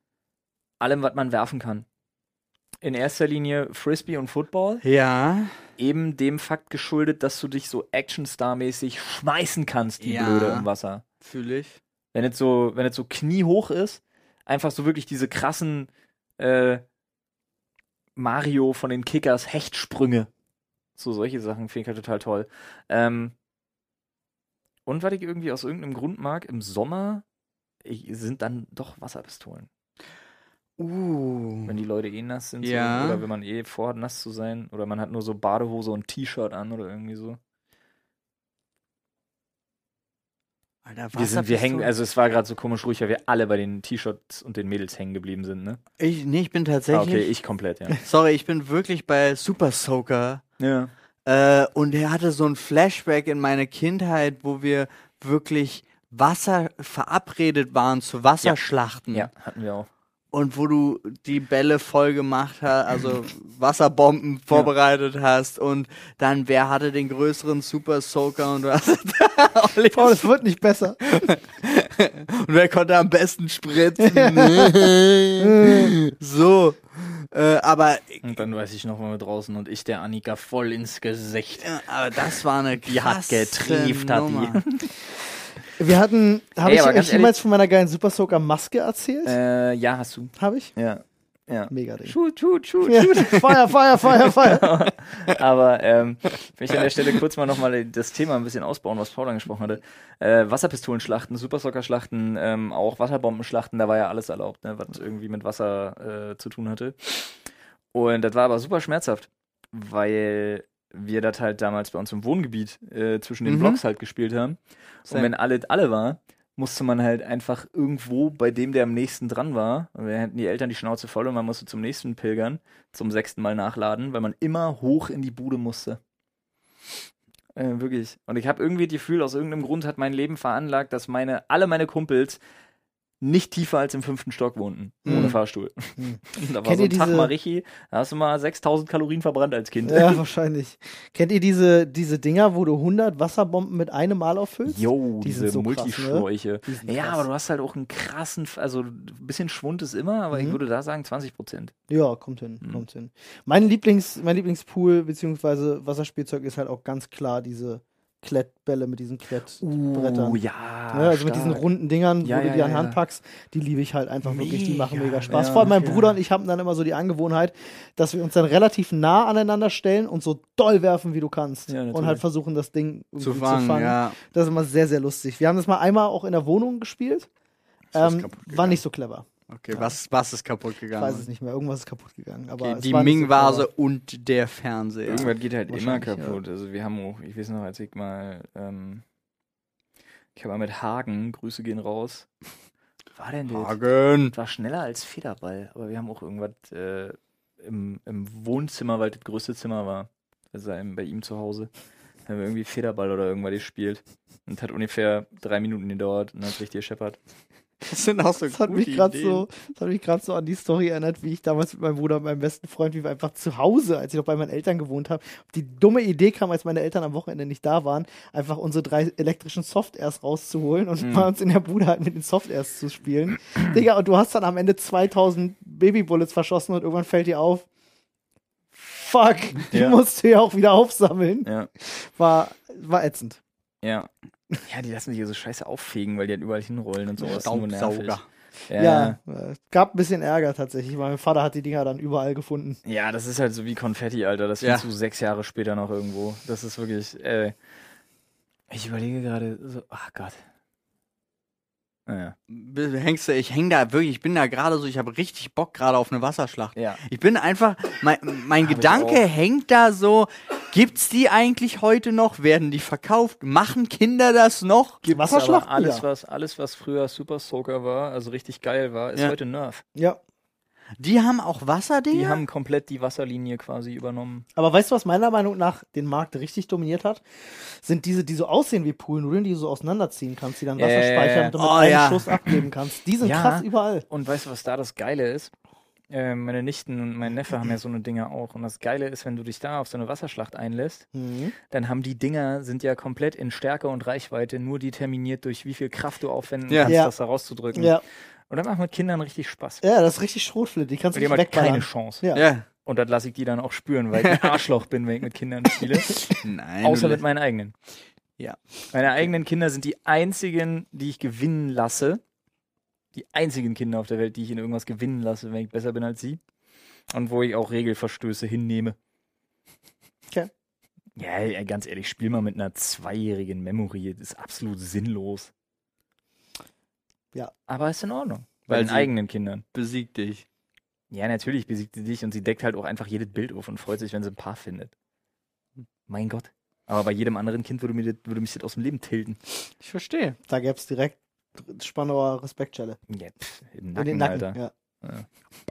allem, was man werfen kann. In erster Linie Frisbee und Football. Ja. eben dem Fakt geschuldet, dass du dich so Actionstar-mäßig schmeißen kannst, die Blöde im Wasser. Fühle ich. Wenn es so kniehoch ist, einfach so wirklich diese krassen Mario von den Kickers Hechtsprünge. So solche Sachen finde ich halt total toll. Und was ich irgendwie aus irgendeinem Grund mag, im Sommer sind dann doch Wasserpistolen. Wenn die Leute nass sind so, oder wenn man vorhat, nass zu sein oder man hat nur so Badehose und T-Shirt an oder irgendwie so. Alter, wir hängen, also es war gerade so komisch ruhig, weil wir alle bei den T-Shirts und den Mädels hängen geblieben sind, ne? Ich bin tatsächlich... Okay, ich komplett, ja. Sorry, ich bin wirklich bei Super Soaker. Ja. Und er hatte so ein Flashback in meine Kindheit, wo wir wirklich verabredet waren zu Wasserschlachten. Ja, hatten wir auch. Und wo du die Bälle voll gemacht hast, also Wasserbomben vorbereitet hast und dann wer hatte den größeren Super Soaker und du hast Paul, es wird nicht besser. und wer konnte am besten spritzen. So. Aber und dann weiß ich noch mal draußen und ich der Annika voll ins Gesicht. Aber das war eine Die hat getrieft, hat die. Wir hatten, habe ich euch jemals von meiner geilen Super Soaker Maske erzählt? Ja, hast du. Habe ich? Ja. Mega Ding. Shoot. Ja. Feuer. Aber will ich an der Stelle kurz mal nochmal das Thema ein bisschen ausbauen, was Paul angesprochen hatte. Wasserpistolenschlachten, Super Soaker-Schlachten, auch Wasserbombenschlachten, da war ja alles erlaubt, ne, was irgendwie mit Wasser zu tun hatte. Und das war aber super schmerzhaft, weil wir das halt damals bei uns im Wohngebiet zwischen den Blocks halt gespielt haben. Und wenn alle war, musste man halt einfach irgendwo bei dem, der am nächsten dran war, wir hatten die Eltern die Schnauze voll und man musste zum nächsten pilgern, zum 6. Mal nachladen, weil man immer hoch in die Bude musste. Wirklich. Und ich habe irgendwie das Gefühl, aus irgendeinem Grund hat mein Leben veranlagt, dass alle meine Kumpels nicht tiefer als im 5. Stock wohnten, ohne Fahrstuhl. Da war so ein Tag mal richtig, da hast du mal 6000 Kalorien verbrannt als Kind. Ja, wahrscheinlich. Kennt ihr diese Dinger, wo du 100 Wasserbomben mit einem Mal auffüllst? Jo, diese so Multischläuche. Krass, ne? Ja, aber du hast halt auch einen krassen, also ein bisschen Schwund ist immer, aber ich würde da sagen 20%. Ja, kommt hin. Mein Lieblingspool bzw. Wasserspielzeug ist halt auch ganz klar diese Klettbälle mit diesen Klettbrettern. Ja, also mit diesen runden Dingern, wo du die an Hand packst, die liebe ich halt einfach wirklich, die machen mega Spaß. Vor allem mein Bruder und ich haben dann immer so die Angewohnheit, dass wir uns dann relativ nah aneinander stellen und so doll werfen, wie du kannst. Ja, und halt versuchen, das Ding zu fangen. Ja. Das ist immer sehr, sehr lustig. Wir haben das mal einmal auch in der Wohnung gespielt. War nicht so clever. Okay, was ist kaputt gegangen? Ich weiß es nicht mehr. Irgendwas ist kaputt gegangen. Aber die Ming-Vase und der Fernseher. Irgendwas geht halt immer kaputt. Ja. Also wir haben auch, ich weiß noch, als ich mal, ich habe mal mit Hagen, Grüße gehen raus. Was war denn das? Hagen! Das war schneller als Federball, aber wir haben auch irgendwas im Wohnzimmer, weil das größte Zimmer war. Also bei ihm zu Hause. Da haben wir irgendwie Federball oder irgendwas gespielt. Und hat ungefähr 3 Minuten gedauert und dann hat richtig gescheppert. Das sind auch so das hat mich gerade so an die Story erinnert, wie ich damals mit meinem Bruder und meinem besten Freund, wie wir einfach zu Hause, als ich noch bei meinen Eltern gewohnt habe, die dumme Idee kam, als meine Eltern am Wochenende nicht da waren, einfach unsere 3 elektrischen Softairs rauszuholen und bei uns in der Bude halt mit den Softairs zu spielen. Digga, und du hast dann am Ende 2000 Babybullets verschossen und irgendwann fällt dir auf, fuck, die musst du ja auch wieder aufsammeln. Ja. War ätzend. Ja. Ja, die lassen sich hier so scheiße auffegen, weil die halt überall hinrollen und sowas. Staubsauger. Ja, gab ein bisschen Ärger tatsächlich. Mein Vater hat die Dinger dann überall gefunden. Ja, das ist halt so wie Konfetti, Alter. Das findest du 6 Jahre später noch irgendwo. Das ist wirklich, ich überlege gerade so, ach Gott. Ja. Ich häng da wirklich, ich bin da gerade so, ich habe richtig Bock gerade auf eine Wasserschlacht. Ja. Ich bin einfach, mein Gedanke hängt da so, gibt's die eigentlich heute noch? Werden die verkauft? Machen Kinder das noch? Gibt's Wasserschlachten? Alles, was früher Super Soaker war, also richtig geil war, ist heute Nerf. Ja. Die haben auch Wasserdinger? Die haben komplett die Wasserlinie quasi übernommen. Aber weißt du, was meiner Meinung nach den Markt richtig dominiert hat? Sind diese, die so aussehen wie Poolnudeln, die du so auseinanderziehen kannst, die dann Wasser speichern und mit einem Schuss abgeben kannst. Die sind krass überall. Und weißt du, was da das Geile ist? Meine Nichten und mein Neffe haben ja so eine Dinger auch. Und das Geile ist, wenn du dich da auf so eine Wasserschlacht einlässt, dann haben die Dinger, sind ja komplett in Stärke und Reichweite nur determiniert durch wie viel Kraft du aufwenden kannst, das da rauszudrücken. Ja. Und dann macht mit Kindern richtig Spaß. Ja, das ist richtig Schrotflinte. Die kannst du nicht wegballern. Die haben halt keine Chance. Ja. Und das lasse ich die dann auch spüren, weil ich ein Arschloch bin, wenn ich mit Kindern spiele. Nein. Außer mit meinen eigenen. Ja. Meine eigenen Kinder sind die einzigen, die ich gewinnen lasse. Die einzigen Kinder auf der Welt, die ich in irgendwas gewinnen lasse, wenn ich besser bin als sie. Und wo ich auch Regelverstöße hinnehme. Okay. Ja, ganz ehrlich, spiel mal mit einer 2-jährigen Memory. Das ist absolut sinnlos. Ja. Aber ist in Ordnung. Bei Weil den sie eigenen Kindern. besiegt dich. Ja, natürlich besiegt sie dich und sie deckt halt auch einfach jedes Bild auf und freut sich, wenn sie ein Paar findet. Mein Gott. Aber bei jedem anderen Kind würde mich das aus dem Leben tilten. Ich verstehe. Da gäbe es direkt Spandauer Respektschelle. Ja, im In Nacken, den Nacken, Alter. ja. Ja.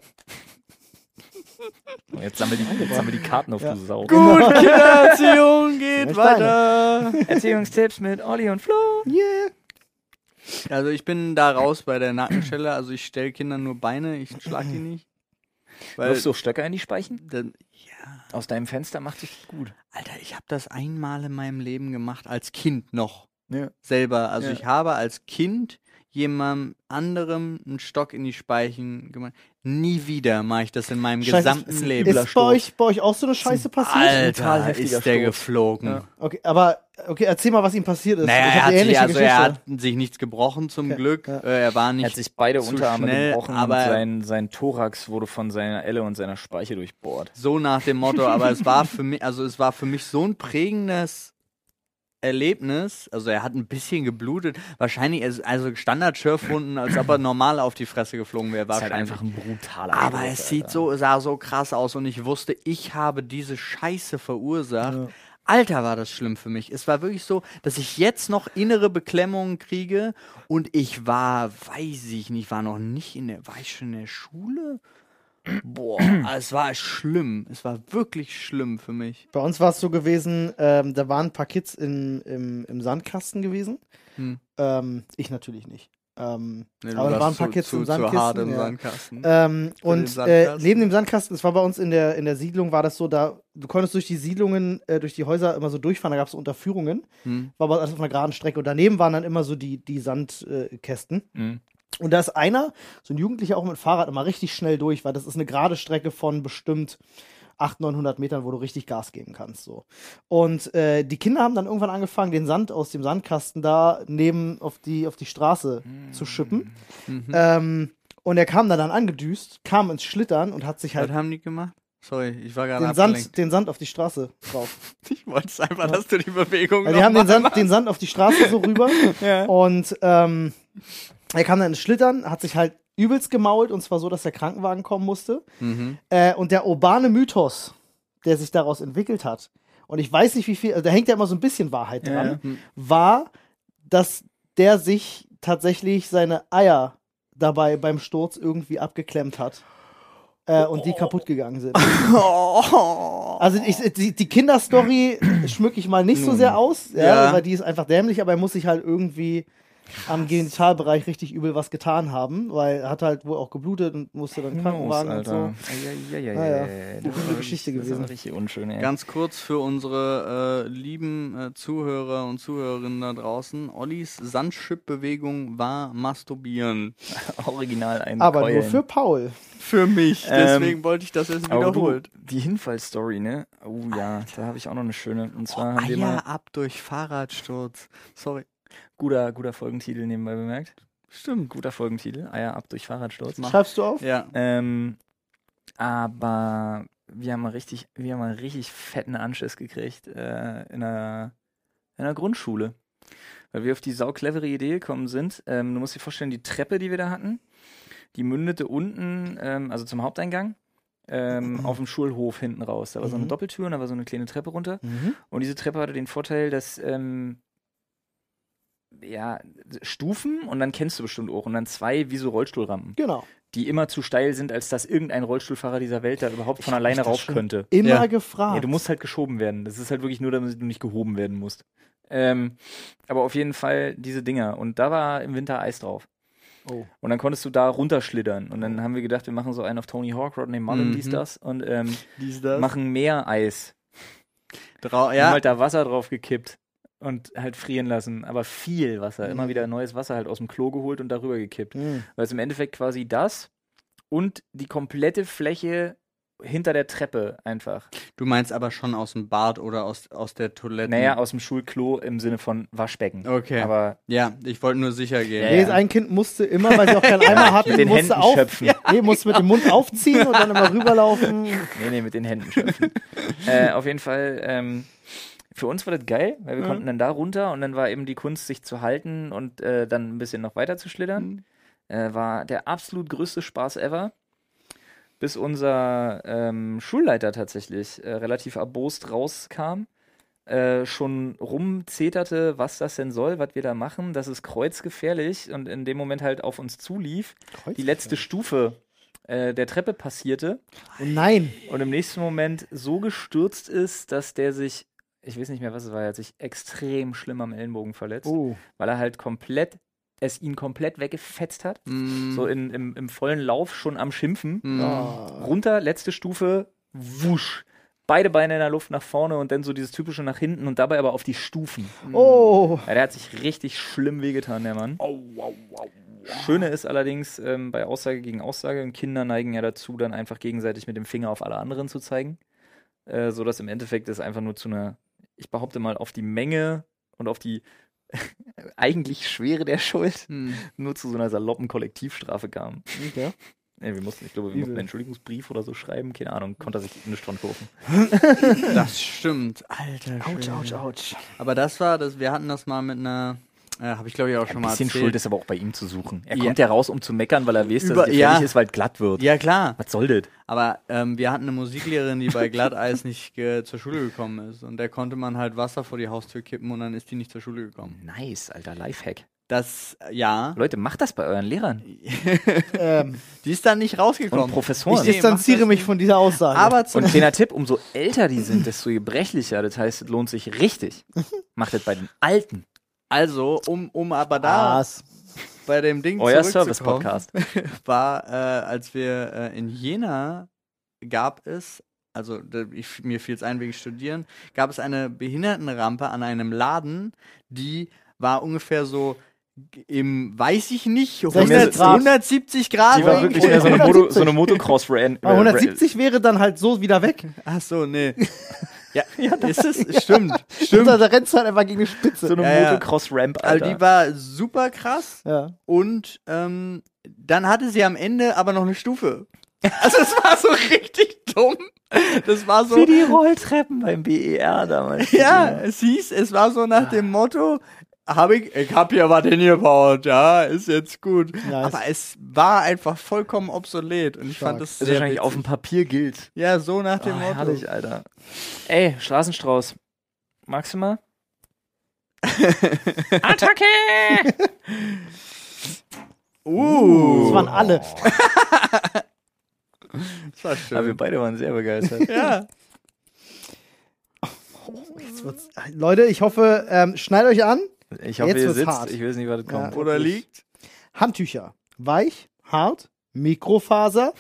Und jetzt sammel die Karten auf, Ja. du Sau. Gut, Kindererziehung geht Ja, weiter. Erziehungstipps mit Olli und Flo. Yeah. Also ich bin da raus bei der Nackenstelle. Also ich stelle Kindern nur Beine, ich schlag die nicht. Weil Wirfst du auch Stöcker in die Speichen? ja, Aus deinem Fenster macht sich gut. Alter, ich habe das einmal in meinem Leben gemacht, als Kind noch. Ja. Selber. Also Ja. ich habe als Kind jemandem anderem einen Stock in die Speichen gemacht. Nie wieder mache ich das in meinem Scheiße, gesamten Leben. Ist bei euch auch so eine Scheiße passiert? total Alter, heftiger ist der Stoß. geflogen. Ja. Okay, aber erzähl mal, was ihm passiert ist. Naja, Ich er hab hat, die sich, ähnliche also er hat Geschichte. sich nichts gebrochen zum Okay, Glück. ja. Er war nicht Er hat sich beide zu Unterarme schnell, gebrochen aber und sein Thorax wurde von seiner Elle und seiner Speiche durchbohrt. so nach dem Motto, aber es war für mich so ein prägendes Erlebnis. Also er hat ein bisschen geblutet. Wahrscheinlich, also Standard-Schürfwunden, als ob er normal auf die Fresse geflogen wäre. Das ist halt Wahrscheinlich. einfach ein brutaler Aber Sturz, es Alter. sah so krass aus und ich wusste, ich habe diese Scheiße verursacht. Ja. Alter, war das schlimm für mich. Es war wirklich so, dass ich jetzt noch innere Beklemmungen kriege und ich war, weiß ich nicht, war ich schon in der Schule? Boah, es war schlimm. Es war wirklich schlimm für mich. Bei uns war es so gewesen, da waren ein paar Kids im Sandkasten gewesen. Ich natürlich nicht. Nee, du aber da warst waren ein paar Kids im zu hart Sandkasten. im Ja. Sandkasten. Und Sandkasten. neben dem Sandkasten, es war bei uns in der Siedlung, war das so, du konntest durch die Siedlungen, durch die Häuser immer so durchfahren, da gab es so Unterführungen, war aber alles auf einer geraden Strecke und daneben waren dann immer so die Sandkästen. Mhm. Und da ist einer, so ein Jugendlicher auch mit dem Fahrrad immer richtig schnell durch, weil das ist eine gerade Strecke von bestimmt 800, 900 Metern, wo du richtig Gas geben kannst. So. Und die Kinder haben dann irgendwann angefangen, den Sand aus dem Sandkasten da neben auf die Straße zu schippen. Und er kam dann angedüst, kam ins Schlittern und hat sich halt Was haben die gemacht? Sorry, ich war gerade abgelenkt. den Sand auf die Straße drauf. Ich wollte es einfach, dass du die Bewegung Also die haben den Sand auf die Straße so rüber. Ja. Und er kam dann ins Schlittern, hat sich halt übelst gemault und zwar so, dass der Krankenwagen kommen musste. Und der urbane Mythos, der sich daraus entwickelt hat, und ich weiß nicht wie viel, also da hängt ja immer so ein bisschen Wahrheit dran, war, dass der sich tatsächlich seine Eier dabei beim Sturz irgendwie abgeklemmt hat. Und die kaputt gegangen sind. Also die Kinderstory schmücke ich mal nicht so sehr aus, Ja. weil die ist einfach dämlich, aber er muss sich halt irgendwie am Genitalbereich richtig übel was getan haben, weil er hat halt wohl auch geblutet und musste dann Krankenwagen und so. Eine Geschichte Das ist gewesen. richtig unschön, ey. Ganz kurz für unsere lieben Zuhörer und Zuhörerinnen da draußen. Ollis Sandschip-Bewegung war Masturbieren. Original ein Aber Keulen. nur für Paul. Für mich. Deswegen wollte ich das jetzt Aber wiederholt. die Hinfallstory, ne? Oh ja, da habe ich auch noch eine schöne. Und zwar haben wir mal Eier ab durch Fahrradsturz. Sorry. guter Folgentitel nebenbei bemerkt. Stimmt. Guter Folgentitel. Eier ab durch Fahrradsturz. Schreibst du auf? Ja. Aber wir haben mal richtig fetten Anschiss gekriegt in einer Grundschule. Weil wir auf die sauclevere Idee gekommen sind. Du musst dir vorstellen, die Treppe, die wir da hatten, die mündete unten, also zum Haupteingang, auf dem Schulhof hinten raus. Da war so eine Doppeltür und da war so eine kleine Treppe runter. Und diese Treppe hatte den Vorteil, dass Stufen und dann kennst du bestimmt auch und dann 2 wie so Rollstuhlrampen, Genau. die immer zu steil sind, als dass irgendein Rollstuhlfahrer dieser Welt da überhaupt von alleine hab das rauf schon könnte. Immer Ja. gefragt. Ja, du musst halt geschoben werden. Das ist halt wirklich nur, damit du nicht gehoben werden musst. Aber auf jeden Fall diese Dinger. Und da war im Winter Eis drauf. Oh. Und dann konntest du da runterschlittern. Und dann haben wir gedacht, wir machen so einen auf Tony Hawk, Rodney Mullen, dies, das. Und machen mehr Eis. Haben halt da Wasser drauf gekippt und halt frieren lassen. Aber viel Wasser. Immer wieder neues Wasser halt aus dem Klo geholt und darüber gekippt. Weil es im Endeffekt quasi das und die komplette Fläche hinter der Treppe einfach. Du meinst aber schon aus dem Bad oder aus der Toilette? Naja, aus dem Schulklo im Sinne von Waschbecken. Okay. Aber ja, ich wollte nur sicher gehen. Nee, ein Kind musste immer, weil sie auch keinen Eimer hatten, mit den musste Händen schöpfen. musste mit dem Mund aufziehen und dann immer rüberlaufen. Nee, mit den Händen schöpfen. Auf jeden Fall, für uns war das geil, weil wir konnten dann da runter und dann war eben die Kunst, sich zu halten und dann ein bisschen noch weiter zu schlittern. War der absolut größte Spaß ever. Bis unser Schulleiter tatsächlich relativ erbost rauskam, schon rumzeterte, was das denn soll, was wir da machen. Das ist kreuzgefährlich und in dem Moment halt auf uns zulief. Die letzte Stufe der Treppe passierte. Oh nein. Und im nächsten Moment so gestürzt ist, dass der sich, ich weiß nicht mehr, was es war, er hat sich extrem schlimm am Ellenbogen verletzt, weil er halt ihn komplett weggefetzt hat. So im vollen Lauf schon am Schimpfen. Runter, letzte Stufe, wusch. Beide Beine in der Luft nach vorne und dann so dieses typische nach hinten und dabei aber auf die Stufen. Oh. Ja, der hat sich richtig schlimm wehgetan, der Mann. Schöne ist allerdings bei Aussage gegen Aussage, Kinder neigen ja dazu, dann einfach gegenseitig mit dem Finger auf alle anderen zu zeigen. Sodass im Endeffekt es einfach nur zu einer, ich behaupte mal, auf die Menge und auf die eigentlich Schwere der Schuld nur zu so einer saloppen Kollektivstrafe kam. Okay. Wir mussten einen Entschuldigungsbrief oder so schreiben, keine Ahnung, konnte er sich nichts dran kaufen. Das stimmt, Alter. Autsch. Aber wir hatten das mal mit einer, habe ich glaube ich auch schon mal erzählt. Ein bisschen Schuld ist aber auch bei ihm zu suchen. Er kommt ja raus, um zu meckern, weil er weiß, dass es gefährlich ist, weil es glatt wird. Ja, klar. Was soll das? Aber wir hatten eine Musiklehrerin, die bei Glatteis nicht zur Schule gekommen ist. Und der konnte man halt Wasser vor die Haustür kippen und dann ist die nicht zur Schule gekommen. Nice, alter Lifehack. Leute, macht das bei euren Lehrern. Die ist dann nicht rausgekommen. Und Professoren. Ich distanziere mich von dieser Aussage. Aber und kleiner Tipp, umso älter die sind, desto gebrechlicher. Das heißt, es lohnt sich richtig. Macht das bei den Alten. Also, um aber da bei dem Ding euer zurückzukommen, Service-Podcast war, als wir in Jena gab es, also mir fiel es ein wegen Studieren, gab es eine Behindertenrampe an einem Laden, die war ungefähr so weiß ich nicht, 170 Grad. Die war wirklich mehr so eine Motocross-Ran. 170 wäre dann halt so wieder weg. Ach so, nee. Ja, ist es? Stimmt. Da rennst du halt einfach gegen die Spitze. So eine Motocross-Ramp, Alter. Also die war super krass. Ja. Und dann hatte sie am Ende aber noch eine Stufe. Also es war so richtig dumm. Das war so. Wie die Rolltreppen beim BER damals. Ja, es war so nach dem Motto, ich hab hier was hingebaut, ja, ist jetzt gut. Nice. Aber es war einfach vollkommen obsolet und ich fand das sehr wahrscheinlich auf dem Papier gilt. Ja, so nach dem Motto. Herrlich, Alter. Ey, Straßenstrauß. Magst du mal? Attacke! Das waren alle. Das war schön. Aber wir beide waren sehr begeistert. Ja. Leute, ich hoffe, schneidet euch an. Ich hoffe, ihr sitzt. Hart. Ich weiß nicht, was das kommt. Oder liegt. Handtücher. Weich, hart, Mikrofaser.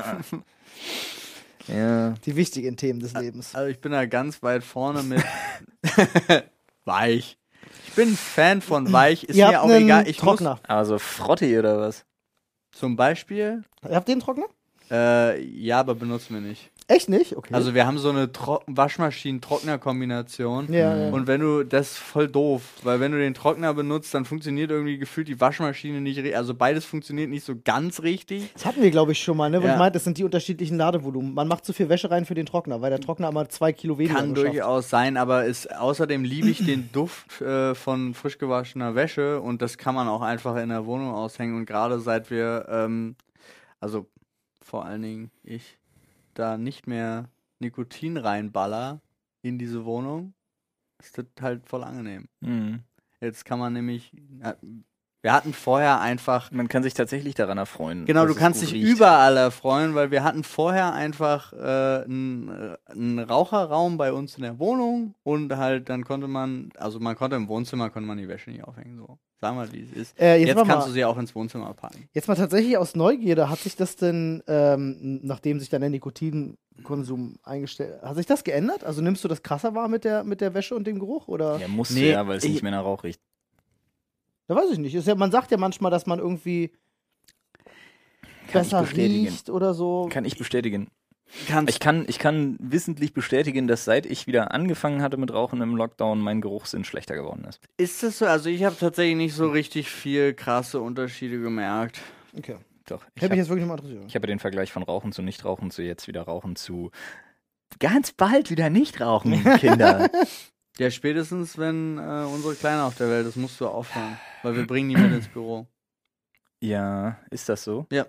Ja. Die wichtigen Themen des Lebens. Also ich bin da ganz weit vorne mit weich. Ich bin ein Fan von weich. Ist mir auch egal. Trockner. Also Frotti oder was? Zum Beispiel. Habt ihr einen Trockner? Ja, aber benutzen wir nicht. Echt nicht? Okay. Also wir haben so eine Waschmaschinen-Trockner-Kombination. Ja. Und das ist voll doof, weil wenn du den Trockner benutzt, dann funktioniert irgendwie gefühlt die Waschmaschine nicht richtig. Also beides funktioniert nicht so ganz richtig. Das hatten wir, glaube ich, schon mal, ne? Wo ich meinte, das sind die unterschiedlichen Ladevolumen. Man macht zu viel Wäsche rein für den Trockner, weil der Trockner immer 2 Kilo weniger Kann durchaus sein, aber außerdem liebe ich den Duft von frisch gewaschener Wäsche und das kann man auch einfach in der Wohnung aushängen. Und gerade seit wir, also vor allen Dingen ich, da nicht mehr Nikotin reinballer in diese Wohnung, ist das halt voll angenehm. Mhm. Jetzt kann man nämlich, wir hatten vorher einfach... Man kann sich tatsächlich daran erfreuen. Genau, du kannst dich überall erfreuen, weil wir hatten vorher einfach einen Raucherraum bei uns in der Wohnung und halt dann konnte man im Wohnzimmer die Wäsche nicht aufhängen, so. Sag mal, wie es ist. Jetzt kannst du sie auch ins Wohnzimmer packen. Jetzt mal tatsächlich aus Neugierde, hat sich das denn, nachdem sich dann der Nikotinkonsum eingestellt, hat sich das geändert? Also nimmst du das krasser wahr mit der Wäsche und dem Geruch? Oder? Ja, musst du ja, weil es nicht mehr nach Rauch riecht. Da weiß ich nicht. Man sagt ja manchmal, dass man irgendwie besser riecht oder so. Kann ich bestätigen. Ich kann wissentlich bestätigen, dass seit ich wieder angefangen hatte mit Rauchen im Lockdown, mein Geruchssinn schlechter geworden ist. Ist das so? Also ich habe tatsächlich nicht so richtig viel krasse Unterschiede gemerkt. Okay. Doch. Hätte mich jetzt wirklich mal interessiert. Ich habe den Vergleich von Rauchen zu Nichtrauchen zu jetzt wieder Rauchen zu ganz bald wieder Nichtrauchen, Kinder. Ja, spätestens, wenn unsere Kleine auf der Welt ist, musst du aufhören. Weil wir bringen die mit ins Büro. Ja, ist das so? Ja.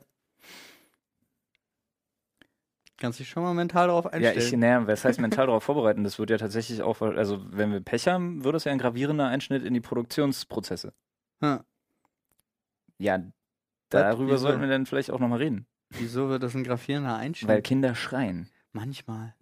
Kannst dich schon mal mental darauf einstellen. Ja, was heißt mental darauf vorbereiten? Das wird ja tatsächlich auch, also wenn wir Pech haben, wird es ja ein gravierender Einschnitt in die Produktionsprozesse. Ja, darüber sollten wir dann vielleicht auch nochmal reden. Wieso wird das ein gravierender Einschnitt? Weil Kinder schreien. Manchmal.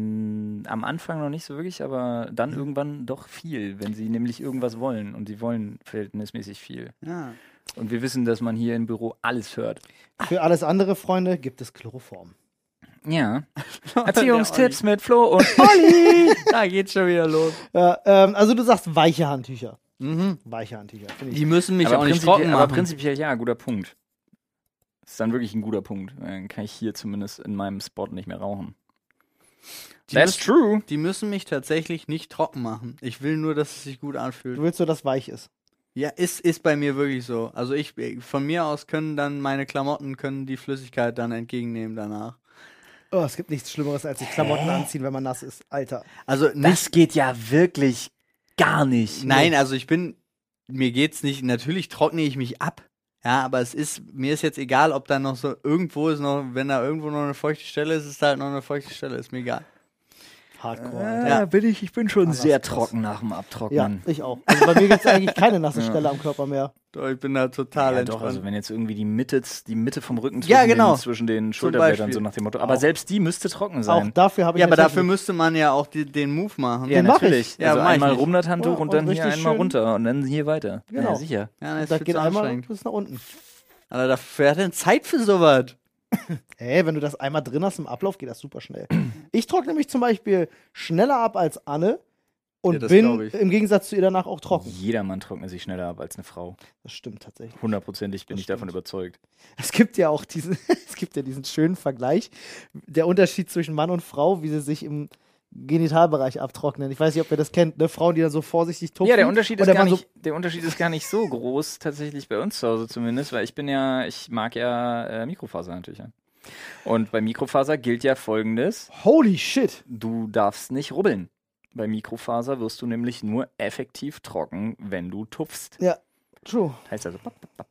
Am Anfang noch nicht so wirklich, aber dann irgendwann doch viel, wenn sie nämlich irgendwas wollen. Und sie wollen verhältnismäßig viel. Ja. Und wir wissen, dass man hier im Büro alles hört. Für alles andere, Freunde, gibt es Chloroform. Ja. Erziehungstipps mit Flo und Olli. Da geht's schon wieder los. Ja, also du sagst weiche Handtücher. Mhm. Weiche Handtücher. Die müssen mich auch nicht trocken machen. Aber prinzipiell ja, guter Punkt. Das ist dann wirklich ein guter Punkt. Dann kann ich hier zumindest in meinem Spot nicht mehr rauchen. That's true. Die müssen mich tatsächlich nicht trocken machen. Ich will nur, dass es sich gut anfühlt. Du willst so, dass weich ist. Ja, ist bei mir wirklich so. Also von mir aus können dann meine Klamotten die Flüssigkeit dann entgegennehmen danach. Oh, es gibt nichts Schlimmeres, als sich Klamotten anziehen, wenn man nass ist. Alter. Also das geht ja wirklich gar nicht. Nein, also mir geht's nicht, natürlich trockne ich mich ab. Ja, aber mir ist jetzt egal, ob da noch so irgendwo ist noch, wenn da irgendwo noch eine feuchte Stelle ist, ist da halt noch eine feuchte Stelle, ist mir egal. Hardcore. Ja, ich bin schon sehr trocken nach dem Ja, Abtrocknen. ich auch. Also bei mir gibt es eigentlich keine nasse Stelle am Körper mehr. Doch, ich bin da total Ja, doch, entspannt. also wenn jetzt irgendwie die Mitte vom Rücken zwischen den Schulterblättern, Beispiel. so nach dem Motto. Aber selbst die müsste trocken Auch sein. dafür habe ich Ja, aber eine dafür Technik. müsste man ja auch den Move machen. Ja, Den mach natürlich. ich. Ja, Also mach ich einmal nicht. rum das Handtuch Ja, und dann und hier richtig einmal schön. runter und dann hier weiter. Genau. Ja, sicher. Ja, das Das ist geht zu einmal anstrengend. bis nach unten. Alter, dafür hat er denn Zeit für sowas? Ey, wenn du das einmal drin hast im Ablauf, geht das super schnell. Ich trockne mich zum Beispiel schneller ab als Anne und Ja, das bin glaub ich. im Gegensatz zu ihr danach auch trocken. Jedermann trocknet sich schneller ab als eine Frau. Das stimmt tatsächlich. 100%ig bin Das ich davon stimmt. überzeugt. Es gibt ja auch diesen schönen Vergleich, der Unterschied zwischen Mann und Frau, wie sie sich im Genitalbereich abtrocknen. Ich weiß nicht, ob ihr das kennt, ne? Frauen, die dann so vorsichtig tupfen. Ja, der Unterschied und ist der gar nicht so groß, tatsächlich bei uns zu Hause zumindest, weil ich mag ja Mikrofaserhandtücher. Und bei Mikrofaser gilt ja Folgendes: Holy shit! Du darfst nicht rubbeln. Bei Mikrofaser wirst du nämlich nur effektiv trocken, wenn du tupfst. Ja, true. Heißt also.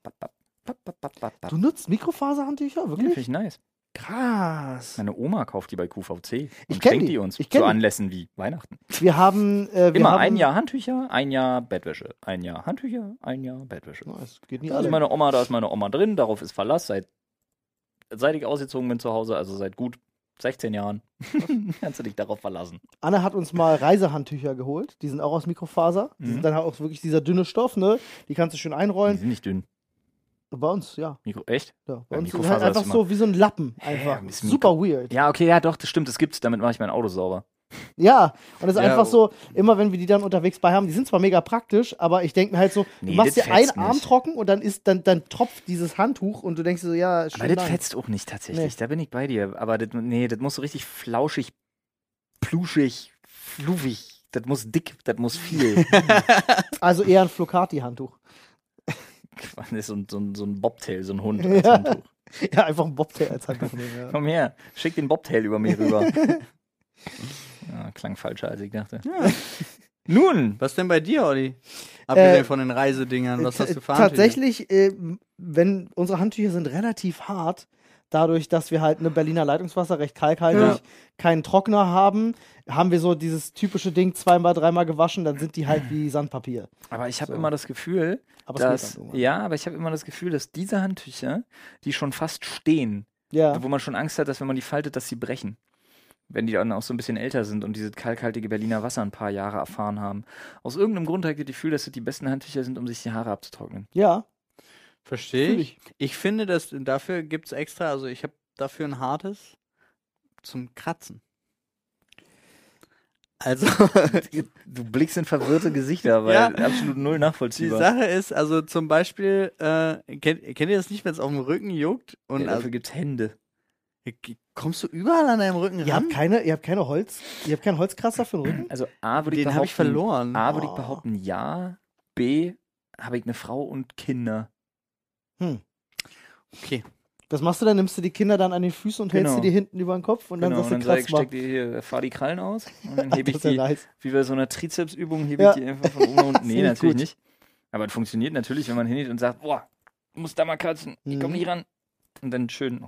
Du nutzt Mikrofaserhandtücher? Ja, Wirklich? finde ich nice. Krass. Meine Oma kauft die bei QVC Ich und kenn schenkt die. die uns Ich kenn zu die. Anlässen wie Weihnachten. Wir haben Immer ein Jahr Handtücher, ein Jahr Bettwäsche. Ein Jahr Handtücher, ein Jahr Bettwäsche. Oh, es geht nie Da ist alle. meine Oma drin, darauf ist Verlass, seit ich ausgezogen bin zu Hause, also seit gut 16 Jahren, kannst du dich darauf verlassen. Anne hat uns mal Reisehandtücher geholt. Die sind auch aus Mikrofaser. Die sind dann auch wirklich dieser dünne Stoff, ne? Die kannst du schön Die einrollen. sind nicht dünn. Bei uns, ja. Echt? Ja, bei Bei uns ist Mikrofaser halt ist einfach so wie so ein Lappen. Einfach. ist Super weird. Ja, okay, ja doch, das stimmt, das gibt's, damit mache ich mein Auto sauber. Ja, und es ist Ja, einfach so, immer wenn wir die dann unterwegs bei haben, die sind zwar mega praktisch, aber ich denke mir halt so, Nee, du machst das dir einen fetzt Arm nicht. trocken und dann tropft dieses Handtuch und du denkst so, ja, Aber schön das Dank. fetzt auch nicht tatsächlich, Nee. da bin ich bei dir. Aber das muss so richtig flauschig, pluschig, fluffig, das muss dick, das muss viel. Also eher ein Flocati-Handtuch. Das ist so ein Bobtail, so ein Hund als Ja. Handtuch. Ja, einfach ein Bobtail als Handtuch nehmen, ja. Komm her, schick den Bobtail über mir rüber. Ja, klang falscher, als ich dachte. Nun, Was denn bei dir, Olli? Abgesehen von den Reisedingern, was hast du für Handtücher? Tatsächlich, wenn unsere Handtücher sind relativ hart, dadurch, dass wir halt eine Berliner Leitungswasser recht kalkhaltig, keinen Trockner haben, haben wir so dieses typische Ding zweimal, dreimal gewaschen, dann sind die halt wie Sandpapier. aber ich habe So. immer das Gefühl, Aber es geht dass, dann irgendwann. aber ich habe immer das Gefühl, dass diese Handtücher, die schon fast stehen, Ja. wo man schon Angst hat, dass wenn man die faltet, dass sie brechen. Wenn die dann auch so ein bisschen älter sind und diese kalkhaltige Berliner Wasser ein paar Jahre erfahren haben. Aus irgendeinem Grund habe ich das Gefühl, dass das die besten Handtücher sind, um sich die Haare abzutrocknen. Ja. Verstehe Fühl ich. Ich finde, dass dafür gibt es extra, also ich habe dafür ein hartes zum Kratzen. Also, Du blickst in verwirrte Gesichter, weil Ja. absolut null die nachvollziehbar. Sache ist, also zum Beispiel, kennt ihr das nicht, wenn es auf dem Rücken juckt? Und Ja, dafür gibt's Hände. Kommst du überall an deinem Rücken Ihr ran? habt keinen Holzkratzer für den Rücken? Also A würde ich Den habe ich behaupten, verloren. A würde ich behaupten, ja. B habe ich eine Frau und Kinder. Okay. Was machst du dann? Nimmst du die Kinder dann an den Füßen und hältst sie dir hinten über den Kopf und dann Genau, sagst und du, dann sag ich, kratz mal. steck die hier, fahr die Krallen aus und dann hebe ich Das ist die, ja nice. wie bei so einer Trizepsübung, hebe Ja. ich die einfach von oben nach unten. Nee, Finde ich natürlich gut. nicht. Aber es funktioniert natürlich, wenn man hingeht und sagt, boah, du musst da mal kratzen, ich komm nicht ran. Und dann schön,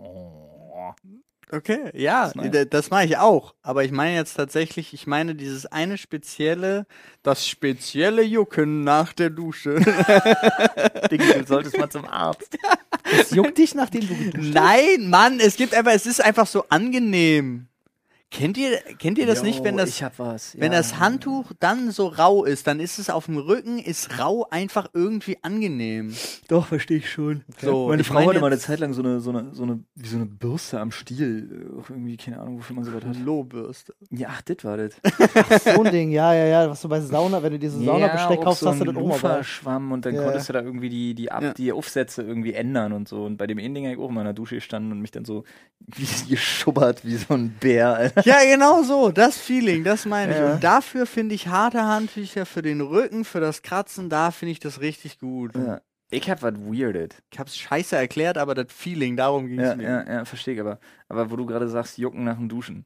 Okay, ja, Das ist nice. das mache ich auch. Aber ich meine jetzt tatsächlich, dieses eine das spezielle Jucken nach der Dusche. Digga, du solltest mal zum Arzt. Es juckt dich, nachdem du geduscht hast? Nein, Mann, es ist einfach so angenehm. Kennt ihr das nicht, wenn ich hab was. wenn ja. das Handtuch dann so rau ist, dann ist es auf dem Rücken, ist rau einfach irgendwie angenehm. Doch, verstehe ich schon. So, Meine ich Frau meine hatte mal eine jetzt- Zeit lang so eine Bürste am Stiel. Irgendwie, keine Ahnung, wofür man sowas hat. Lohbürste. Ja, ach, das war das. So ein Ding, ja. Was du bei Sauna, wenn du diese Saunabesteck auch kaufst, so hast du das ein auch mal bei. Luferschwamm und dann Ja. konntest du da irgendwie Ja. die Aufsätze irgendwie ändern und so. Und bei dem einen Ding habe ich auch in meiner Dusche gestanden und mich dann so geschubbert wie so ein Bär, Alter. Ja, genau so, das Feeling, das meine ich. Ja. Und dafür finde ich harte Handtücher für den Rücken, für das Kratzen, da finde ich das richtig gut. Ja. Ich hab was Weirdes. Ich hab's scheiße erklärt, aber das Feeling, darum ging es mir. Ja, verstehe ich aber wo du gerade sagst, jucken nach dem Duschen.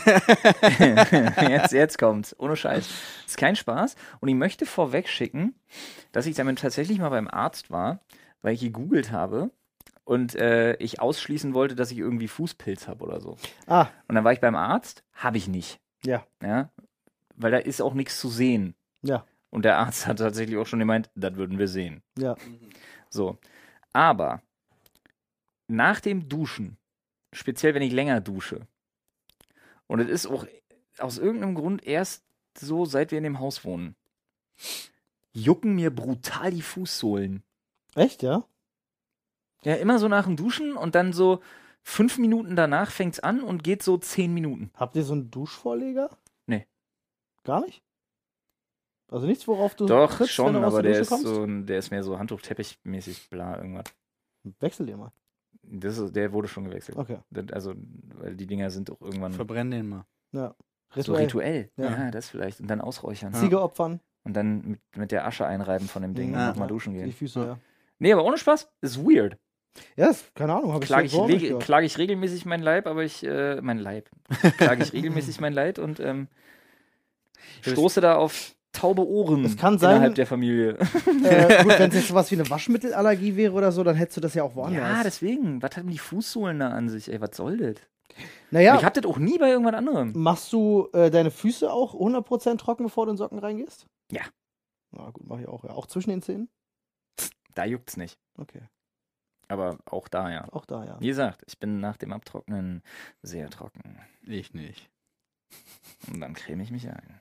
jetzt kommt's. Ohne Scheiß. Ist kein Spaß. Und ich möchte vorweg schicken, dass ich damit tatsächlich mal beim Arzt war, weil ich gegoogelt habe und ich ausschließen wollte, dass ich irgendwie Fußpilz habe oder so. Ah, Und dann war ich beim Arzt, habe ich nicht. ja. Ja. Weil da ist auch nichts zu sehen. Ja. Und der Arzt hat tatsächlich auch schon gemeint, das würden wir sehen. Ja. So. Aber nach dem Duschen, speziell wenn ich länger dusche, und es ist auch aus irgendeinem Grund erst so, seit wir in dem Haus wohnen, jucken mir brutal die Fußsohlen. Echt, ja? Ja, immer so nach dem Duschen und dann so 5 Minuten danach fängt's an und geht so 10 Minuten. Habt ihr so einen Duschvorleger? Nee. Gar nicht? Also nichts, worauf du Doch, trittst, wenn schon, du aus aber der der Dusche ist, kommst? der ist mehr so Handtuch-Teppich-mäßig, bla, irgendwas. Wechsel dir mal. Der wurde schon gewechselt. Okay. Also, weil die Dinger sind doch irgendwann Verbrenn den mal. Ja. so rituell. Ja. Ja, das vielleicht. Und dann ausräuchern. Ziege opfern, Und dann mit der Asche einreiben von dem Ding Ja. und nochmal duschen die gehen. Füße, ja. Nee, aber ohne Spaß. Ist weird. Ja, keine Ahnung, habe ich Klage so nicht ich, gehört. klage ich regelmäßig mein Leib, aber klage ich regelmäßig mein Leid und stoße da auf taube Ohren Es kann sein- innerhalb der Familie. Gut, wenn es jetzt sowas wie eine Waschmittelallergie wäre oder so, dann hättest du das ja auch woanders. Ja, deswegen. Was haben die Fußsohlen da an sich? Ey, was soll das? naja, Ich hab das auch nie bei irgendwas anderem. machst du deine Füße auch 100% trocken, bevor du in Socken reingehst? Ja. Na gut, mache ich auch, ja. Auch zwischen den Zähnen? Da juckt's nicht. Okay, Aber auch da, ja. auch da, ja. Wie gesagt, ich bin nach dem Abtrocknen sehr trocken. Ich nicht. Und dann creme ich mich ein.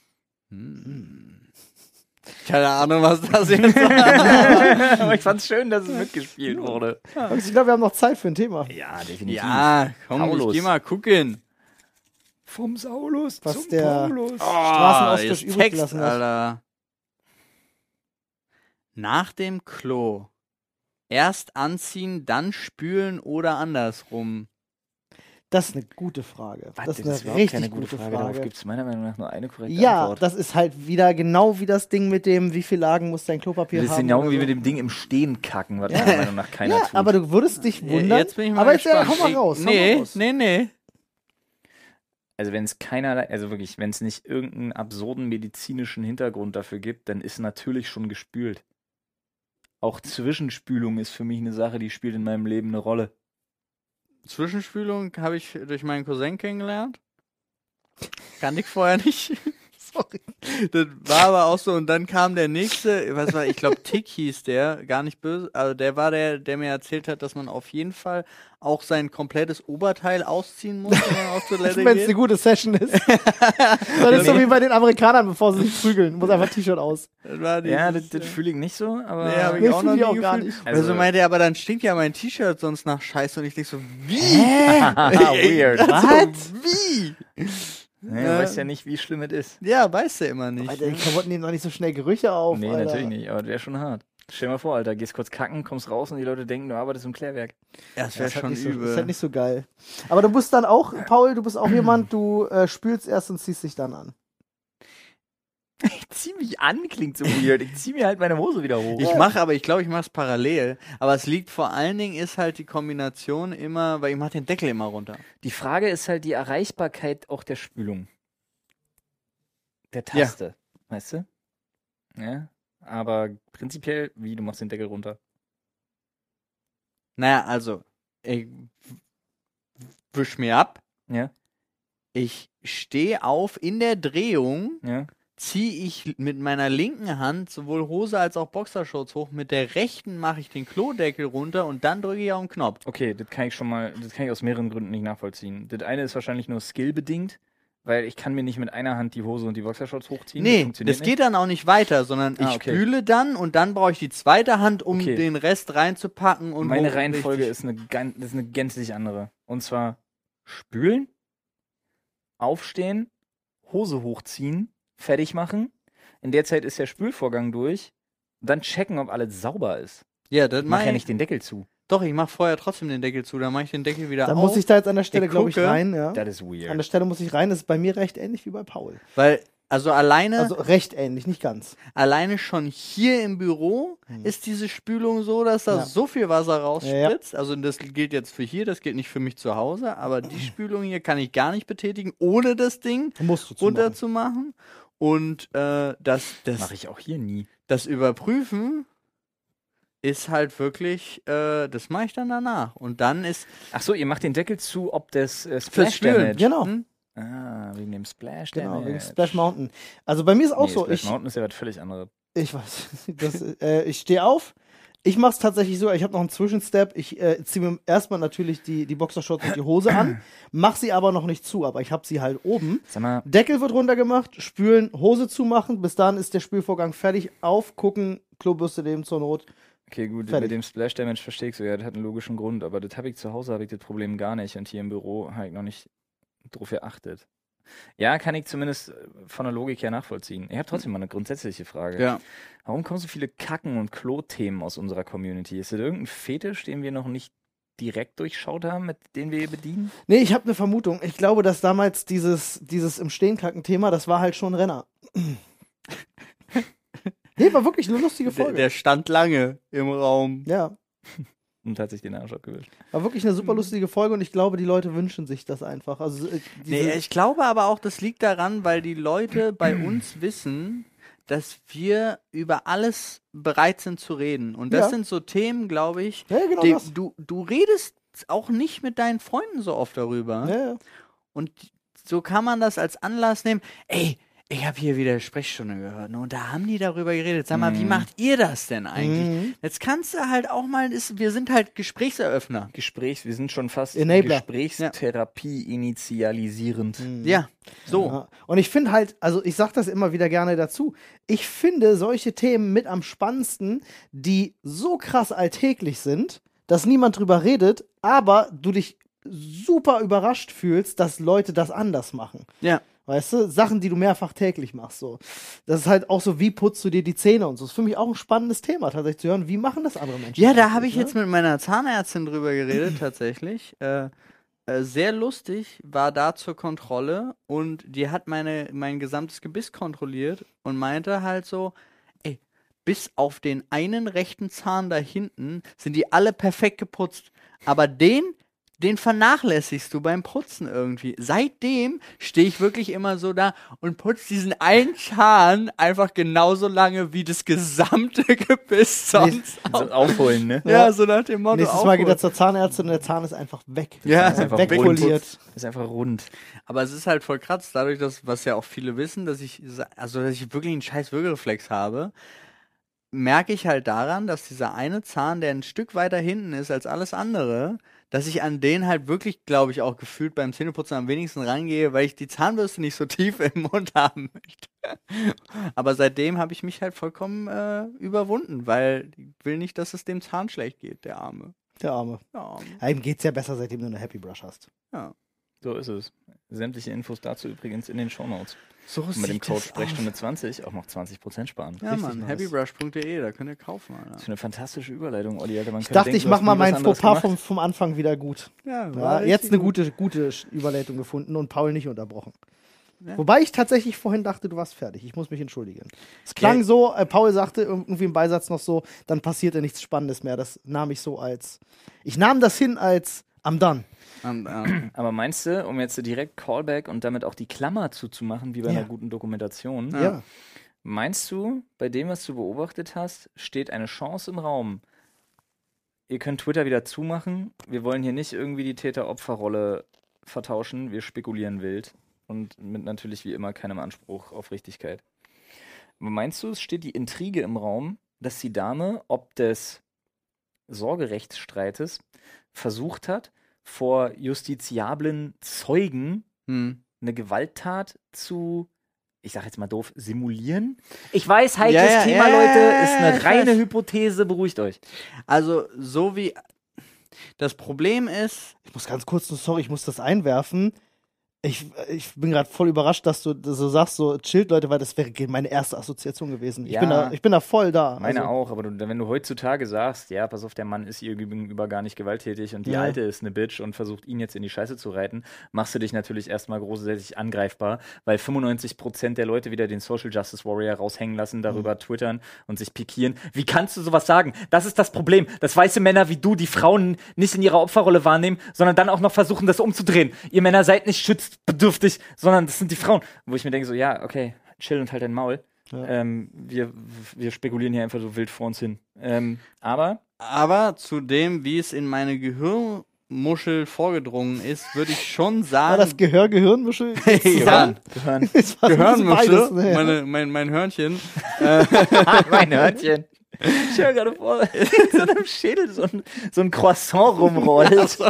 Keine Ahnung, was das jetzt war. Aber ich fand's schön, dass es mitgespielt wurde. Ich glaube, wir haben noch Zeit für ein Thema. Ja, definitiv. Ja, komm, Paulus. ich geh mal gucken. Vom Saulus Was zum der- Paulus. Straßenaustausch jetzt übrig Text, gelassen hat. Alter. Nach dem Klo. Erst anziehen, dann spülen oder andersrum. Das ist eine gute Frage. Was, Das ist überhaupt eine richtig keine gute Frage. Darauf gibt es meiner Meinung nach nur eine korrekte Ja, Antwort. das ist halt wieder genau wie das Ding mit dem, wie viel Lagen muss dein Klopapier Das ist haben. genau oder wie so. mit dem Ding im Stehen kacken, was meiner Meinung nach keiner Ja, tut. aber du würdest dich wundern. Jetzt bin ich mal aber jetzt gespannt. hau mal raus. hau mal Nee, raus. nee. Also wenn es keinerlei, also wirklich, wenn es nicht irgendeinen absurden medizinischen Hintergrund dafür gibt, dann ist natürlich schon gespült. Auch Zwischenspülung ist für mich eine Sache, die spielt in meinem Leben eine Rolle. Zwischenspülung habe ich durch meinen Cousin kennengelernt. Kannte ich vorher nicht. Sorry. Das war aber auch so. Und dann kam der nächste, ich glaube Tick hieß der, gar nicht böse. Also der war der mir erzählt hat, dass man auf jeden Fall auch sein komplettes Oberteil ausziehen muss, wenn man auf Toilette Wenn es eine geht. gute Session ist. Das ist so wie bei den Amerikanern, bevor sie sich prügeln. Muss einfach T-Shirt aus. Das war Ja, dieses, das fühle ich nicht so, aber Nee, hab ich Nee, auch noch fühl nie ich auch gar gefühlt. nicht. Also, Also- meinte er, aber dann stinkt ja mein T-Shirt sonst nach Scheiße. Und ich denke so, wie? weird. Was? Wie? Nee, du weißt ja nicht, wie schlimm es ist. Ja, weiß er immer nicht. Alter, die Klamotten nehmen doch nicht so schnell Gerüche auf. Nee, Alter. natürlich nicht, aber das wäre schon hart. Stell dir mal vor, Alter, gehst kurz kacken, kommst raus und die Leute denken, du arbeitest im Klärwerk. Ja, das wäre schon übel. Das ist halt nicht so geil. Aber du bist dann auch, Paul, du bist auch jemand, du spülst erst und ziehst dich dann an. Ich zieh mich an, klingt so weird. Ich zieh mir halt meine Hose wieder hoch. Ich glaube, ich mache es parallel. Aber es liegt vor allen Dingen, ist halt die Kombination immer, weil ich mache den Deckel immer runter. Die Frage ist halt die Erreichbarkeit auch der Spülung. Der Taste, weißt du? Ja, aber prinzipiell, wie, du machst den Deckel runter. Naja, also, ich wisch mir ab. Ja, Ich stehe auf in der Drehung. ja. Ziehe ich mit meiner linken Hand sowohl Hose als auch Boxershorts hoch. Mit der rechten mache ich den Klodeckel runter und dann drücke ich auf den Knopf. Okay, das kann ich aus mehreren Gründen nicht nachvollziehen. Das eine ist wahrscheinlich nur skillbedingt, weil ich kann mir nicht mit einer Hand die Hose und die Boxershorts hochziehen. Nee, das geht dann auch nicht weiter, sondern ich spüle dann und dann brauche ich die zweite Hand, um den Rest reinzupacken. Und meine Reihenfolge ist eine gänzlich andere. Und zwar spülen, aufstehen, Hose hochziehen, fertig machen. In der Zeit ist der Spülvorgang durch. Dann checken, ob alles sauber ist. Ja, das mach ja nicht den Deckel zu. Doch, ich mache vorher trotzdem den Deckel zu. Dann mache ich den Deckel wieder auf. Dann muss ich da jetzt an der Stelle, glaube ich, rein. Ja. Das ist weird. An der Stelle muss ich rein. Das ist bei mir recht ähnlich wie bei Paul. Weil, also recht ähnlich, nicht ganz. Alleine schon hier im Büro ist diese Spülung so, dass da so viel Wasser rausspritzt. Ja. Also das gilt jetzt für hier, das gilt nicht für mich zu Hause. Aber die Spülung hier kann ich gar nicht betätigen, ohne das Ding runterzumachen. Und das mache ich auch hier nie. Das Überprüfen ist halt wirklich, das mache ich dann danach. Und dann ist. Ach so, ihr macht den Deckel zu, ob das Splash Damage. Genau. Ah, wegen dem Splash Damage. Genau, wegen Splash Mountain. Also bei mir ist auch so. Splash Mountain ist ja was völlig anderes. Ich weiß. Ich stehe auf. Ich mache es tatsächlich so, ich habe noch einen Zwischenstep. Ich ziehe mir erstmal natürlich die Boxershorts und die Hose an, mache sie aber noch nicht zu, aber ich habe sie halt oben. Sag mal, Deckel wird runtergemacht, spülen, Hose zumachen, bis dahin ist der Spülvorgang fertig, aufgucken, Klobürste nehmen zur Not. Okay, gut, fertig. Mit dem Splash Damage verstehe ich so, ja, das hat einen logischen Grund, aber das habe ich zu Hause, habe ich das Problem gar nicht und hier im Büro habe ich noch nicht drauf geachtet. Ja, kann ich zumindest von der Logik her nachvollziehen. Ich habe trotzdem mal eine grundsätzliche Frage. Ja. Warum kommen so viele Kacken- und Klo-Themen aus unserer Community? Ist das irgendein Fetisch, den wir noch nicht direkt durchschaut haben, mit dem wir bedienen? Nee, ich habe eine Vermutung. Ich glaube, dass damals dieses im Stehen-Kacken-Thema, das war halt schon Renner. Nee, war wirklich eine lustige Folge. Der stand lange im Raum. Ja. Und hat sich den Arsch abgewischt. War wirklich eine super lustige Folge und ich glaube, die Leute wünschen sich das einfach. Also, nee, ich glaube aber auch, das liegt daran, weil die Leute bei uns wissen, dass wir über alles bereit sind zu reden. Und das sind so Themen, glaube ich, genau du redest auch nicht mit deinen Freunden so oft darüber. Ja. Und so kann man das als Anlass nehmen. Ey, ich habe hier wieder Sprechstunde gehört, ne? Und da haben die darüber geredet. Sag mal, wie macht ihr das denn eigentlich? Jetzt kannst du halt auch mal, wir sind halt Gesprächseröffner. Wir sind schon fast Enabler. Gesprächstherapie initialisierend. Ja, so. Ja. Und ich finde halt, also ich sag das immer wieder gerne dazu, ich finde solche Themen mit am spannendsten, die so krass alltäglich sind, dass niemand drüber redet, aber du dich super überrascht fühlst, dass Leute das anders machen. Ja. Weißt du, Sachen, die du mehrfach täglich machst, so. Das ist halt auch so, wie putzt du dir die Zähne und so. Das ist für mich auch ein spannendes Thema, tatsächlich zu hören, wie machen das andere Menschen. Ja, da habe ich jetzt mit meiner Zahnärztin drüber geredet, tatsächlich. Sehr lustig, war da zur Kontrolle und die hat mein gesamtes Gebiss kontrolliert und meinte halt so, ey, bis auf den einen rechten Zahn da hinten sind die alle perfekt geputzt, aber den vernachlässigst du beim Putzen irgendwie. Seitdem stehe ich wirklich immer so da und putze diesen einen Zahn einfach genauso lange wie das gesamte Gebiss sonst. So aufholen, ne? Ja, so nach dem Motto. Nächstes Mal geht er zur Zahnärztin und der Zahn ist einfach weg. Ja, ist einfach wegpoliert. Ist einfach rund. Aber es ist halt voll krass, dadurch, was ja auch viele wissen, dass ich wirklich einen scheiß Würgereflex habe, merke ich halt daran, dass dieser eine Zahn, der ein Stück weiter hinten ist als alles andere, dass ich an den halt wirklich, glaube ich, auch gefühlt beim Zähneputzen am wenigsten rangehe, weil ich die Zahnbürste nicht so tief im Mund haben möchte. Aber seitdem habe ich mich halt vollkommen überwunden, weil ich will nicht, dass es dem Zahn schlecht geht, der Arme. Der Arme. Der Arme. Ja, ihm geht's ja besser, seitdem du eine Happy Brush hast. Ja. So ist es. Sämtliche Infos dazu übrigens in den Shownotes. So und mit dem Code Sprechstunde 20 auch noch 20% sparen. Ja, Mann, happybrush.de, da könnt ihr kaufen, Alter. Das ist eine fantastische Überleitung, Olli. Alter, Ich dachte, ich mach mal meinen Fauxpas vom Anfang wieder gut. Ja, jetzt eine gute Überleitung gefunden und Paul nicht unterbrochen. Ja. Wobei ich tatsächlich vorhin dachte, du warst fertig. Ich muss mich entschuldigen. Es klang so, Paul sagte irgendwie im Beisatz noch so, dann passierte nichts Spannendes mehr. Das nahm ich so als, ich nahm das hin als I'm done. Aber meinst du, um jetzt direkt Callback und damit auch die Klammer zuzumachen, wie bei einer guten Dokumentation, meinst du, bei dem, was du beobachtet hast, steht eine Chance im Raum? Ihr könnt Twitter wieder zumachen. Wir wollen hier nicht irgendwie die Täter-Opfer-Rolle vertauschen. Wir spekulieren wild und mit natürlich wie immer keinem Anspruch auf Richtigkeit. Aber meinst du, es steht die Intrige im Raum, dass die Dame ob des Sorgerechtsstreites versucht hat, vor justiziablen Zeugen eine Gewalttat zu, ich sag jetzt mal doof, simulieren? Ich weiß, heikles Thema, Leute, ist eine reine Hypothese, beruhigt euch. Also, so wie das Problem ist... Ich muss ganz kurz, sorry, ich muss das einwerfen. Ich bin gerade voll überrascht, dass du so sagst, so chillt, Leute, weil das wäre meine erste Assoziation gewesen. Ich bin da voll da. Meine auch, aber wenn du heutzutage sagst, ja, pass auf, der Mann ist ihr gegenüber gar nicht gewalttätig und die Alte ist eine Bitch und versucht, ihn jetzt in die Scheiße zu reiten, machst du dich natürlich erstmal großartig angreifbar, weil 95% der Leute wieder den Social Justice Warrior raushängen lassen, darüber twittern und sich pikieren. Wie kannst du sowas sagen? Das ist das Problem, dass weiße Männer wie du die Frauen nicht in ihrer Opferrolle wahrnehmen, sondern dann auch noch versuchen, das umzudrehen. Ihr Männer seid nicht schützbedürftig, sondern das sind die Frauen. Wo ich mir denke so, ja, okay, chill und halt dein Maul. Ja. Wir spekulieren hier einfach so wild vor uns hin. Aber zu dem, wie es in meine Gehirnmuschel vorgedrungen ist, würde ich schon sagen... War das Gehirnmuschel? Gehirnmuschel, mein Hörnchen. Mein Hörnchen. Ich stell mir gerade vor, in so einem Schädel so ein Croissant rumrollt.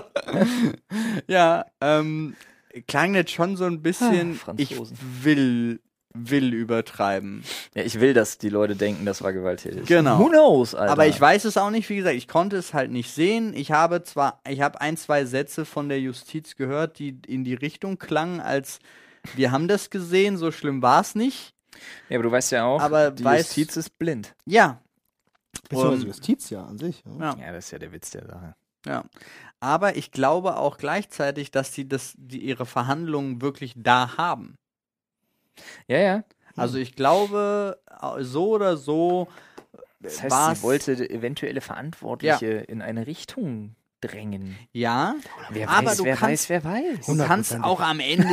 Ja, klang jetzt schon so ein bisschen, ich will übertreiben. Ja, ich will, dass die Leute denken, das war gewalttätig. Genau. Who knows, Alter. Aber ich weiß es auch nicht, wie gesagt, ich konnte es halt nicht sehen. Ich habe 1-2 Sätze von der Justiz gehört, die in die Richtung klangen, als wir haben das gesehen, so schlimm war es nicht. Ja, aber du weißt ja auch, die Justiz ist blind. Ja. Beziehungsweise Justiz ja an sich. Ja, das ist ja der Witz der Sache. Ja. Aber ich glaube auch gleichzeitig, dass die ihre Verhandlungen wirklich da haben. Ja. Also ich glaube, so oder so. Das heißt, sie wollte eventuelle Verantwortliche in eine Richtung drängen. Ja, wer weiß. Du kannst auch am Ende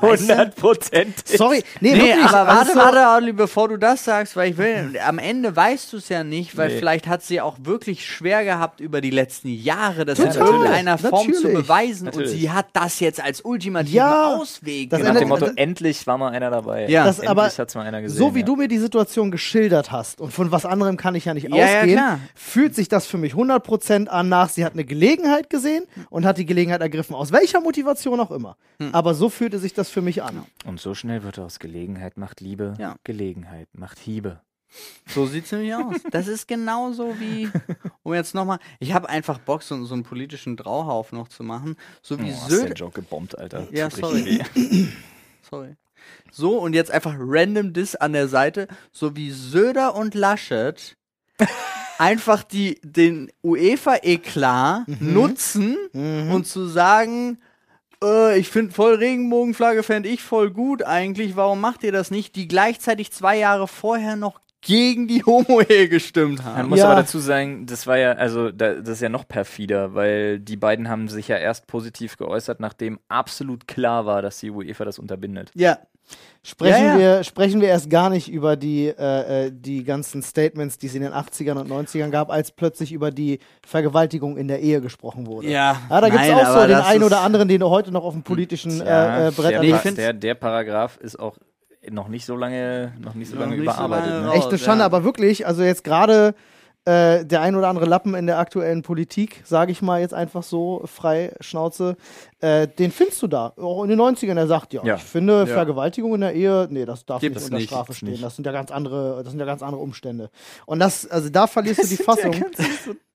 100%. Sorry, aber warte, Olli, bevor du das sagst, weil am Ende weißt du es ja nicht, weil vielleicht hat sie auch wirklich schwer gehabt über die letzten Jahre, das in irgendeiner Form zu beweisen und sie hat das jetzt als ultimativen Ausweg. Nach dem Motto, endlich war mal einer dabei. Ja. Endlich hat's mal einer gesehen. So wie du mir die Situation geschildert hast und von was anderem kann ich ja nicht ausgehen, fühlt sich das für mich 100% an nach, sie hat eine Gelegenheit gesehen und hat die Gelegenheit ergriffen, aus welcher Motivation auch immer. Aber so fühlte sich das für mich an. Und so schnell wird aus Gelegenheit macht Liebe, Gelegenheit macht Hiebe. So sieht's nämlich aus. Das ist genauso wie, jetzt nochmal, ich habe einfach Bock, so einen politischen Drauhaufen noch zu machen. So wie Söder. Hast den Joke gebombt, Alter. Ja, sorry. Sorry. So, und jetzt einfach random Diss an der Seite, so wie Söder und Laschet einfach den UEFA-Eklat nutzen und zu sagen, ich finde voll Regenbogenflagge, fände ich voll gut eigentlich, warum macht ihr das nicht? Die gleichzeitig 2 Jahre vorher noch gegen die Homo-Ehe gestimmt haben. Man muss aber dazu sagen, das ist ja noch perfider, weil die beiden haben sich ja erst positiv geäußert, nachdem absolut klar war, dass die UEFA das unterbindet. Ja. Sprechen wir erst gar nicht über die ganzen Statements, die es in den 80ern und 90ern gab, als plötzlich über die Vergewaltigung in der Ehe gesprochen wurde. Ja, da gibt es auch so den einen oder anderen, den du heute noch auf dem politischen Brett erlebst. Der Paragraph ist auch noch nicht so lange überarbeitet. Echt eine Schande, aber wirklich, also jetzt gerade der ein oder andere Lappen in der aktuellen Politik, sage ich mal jetzt einfach so, frei Schnauze, den findest du da. Auch in den 90ern, der sagt, ich finde Vergewaltigung in der Ehe, nee, das darf nicht unter Strafe stehen. Das sind ja ganz andere Umstände. Und da verlierst du die Fassung.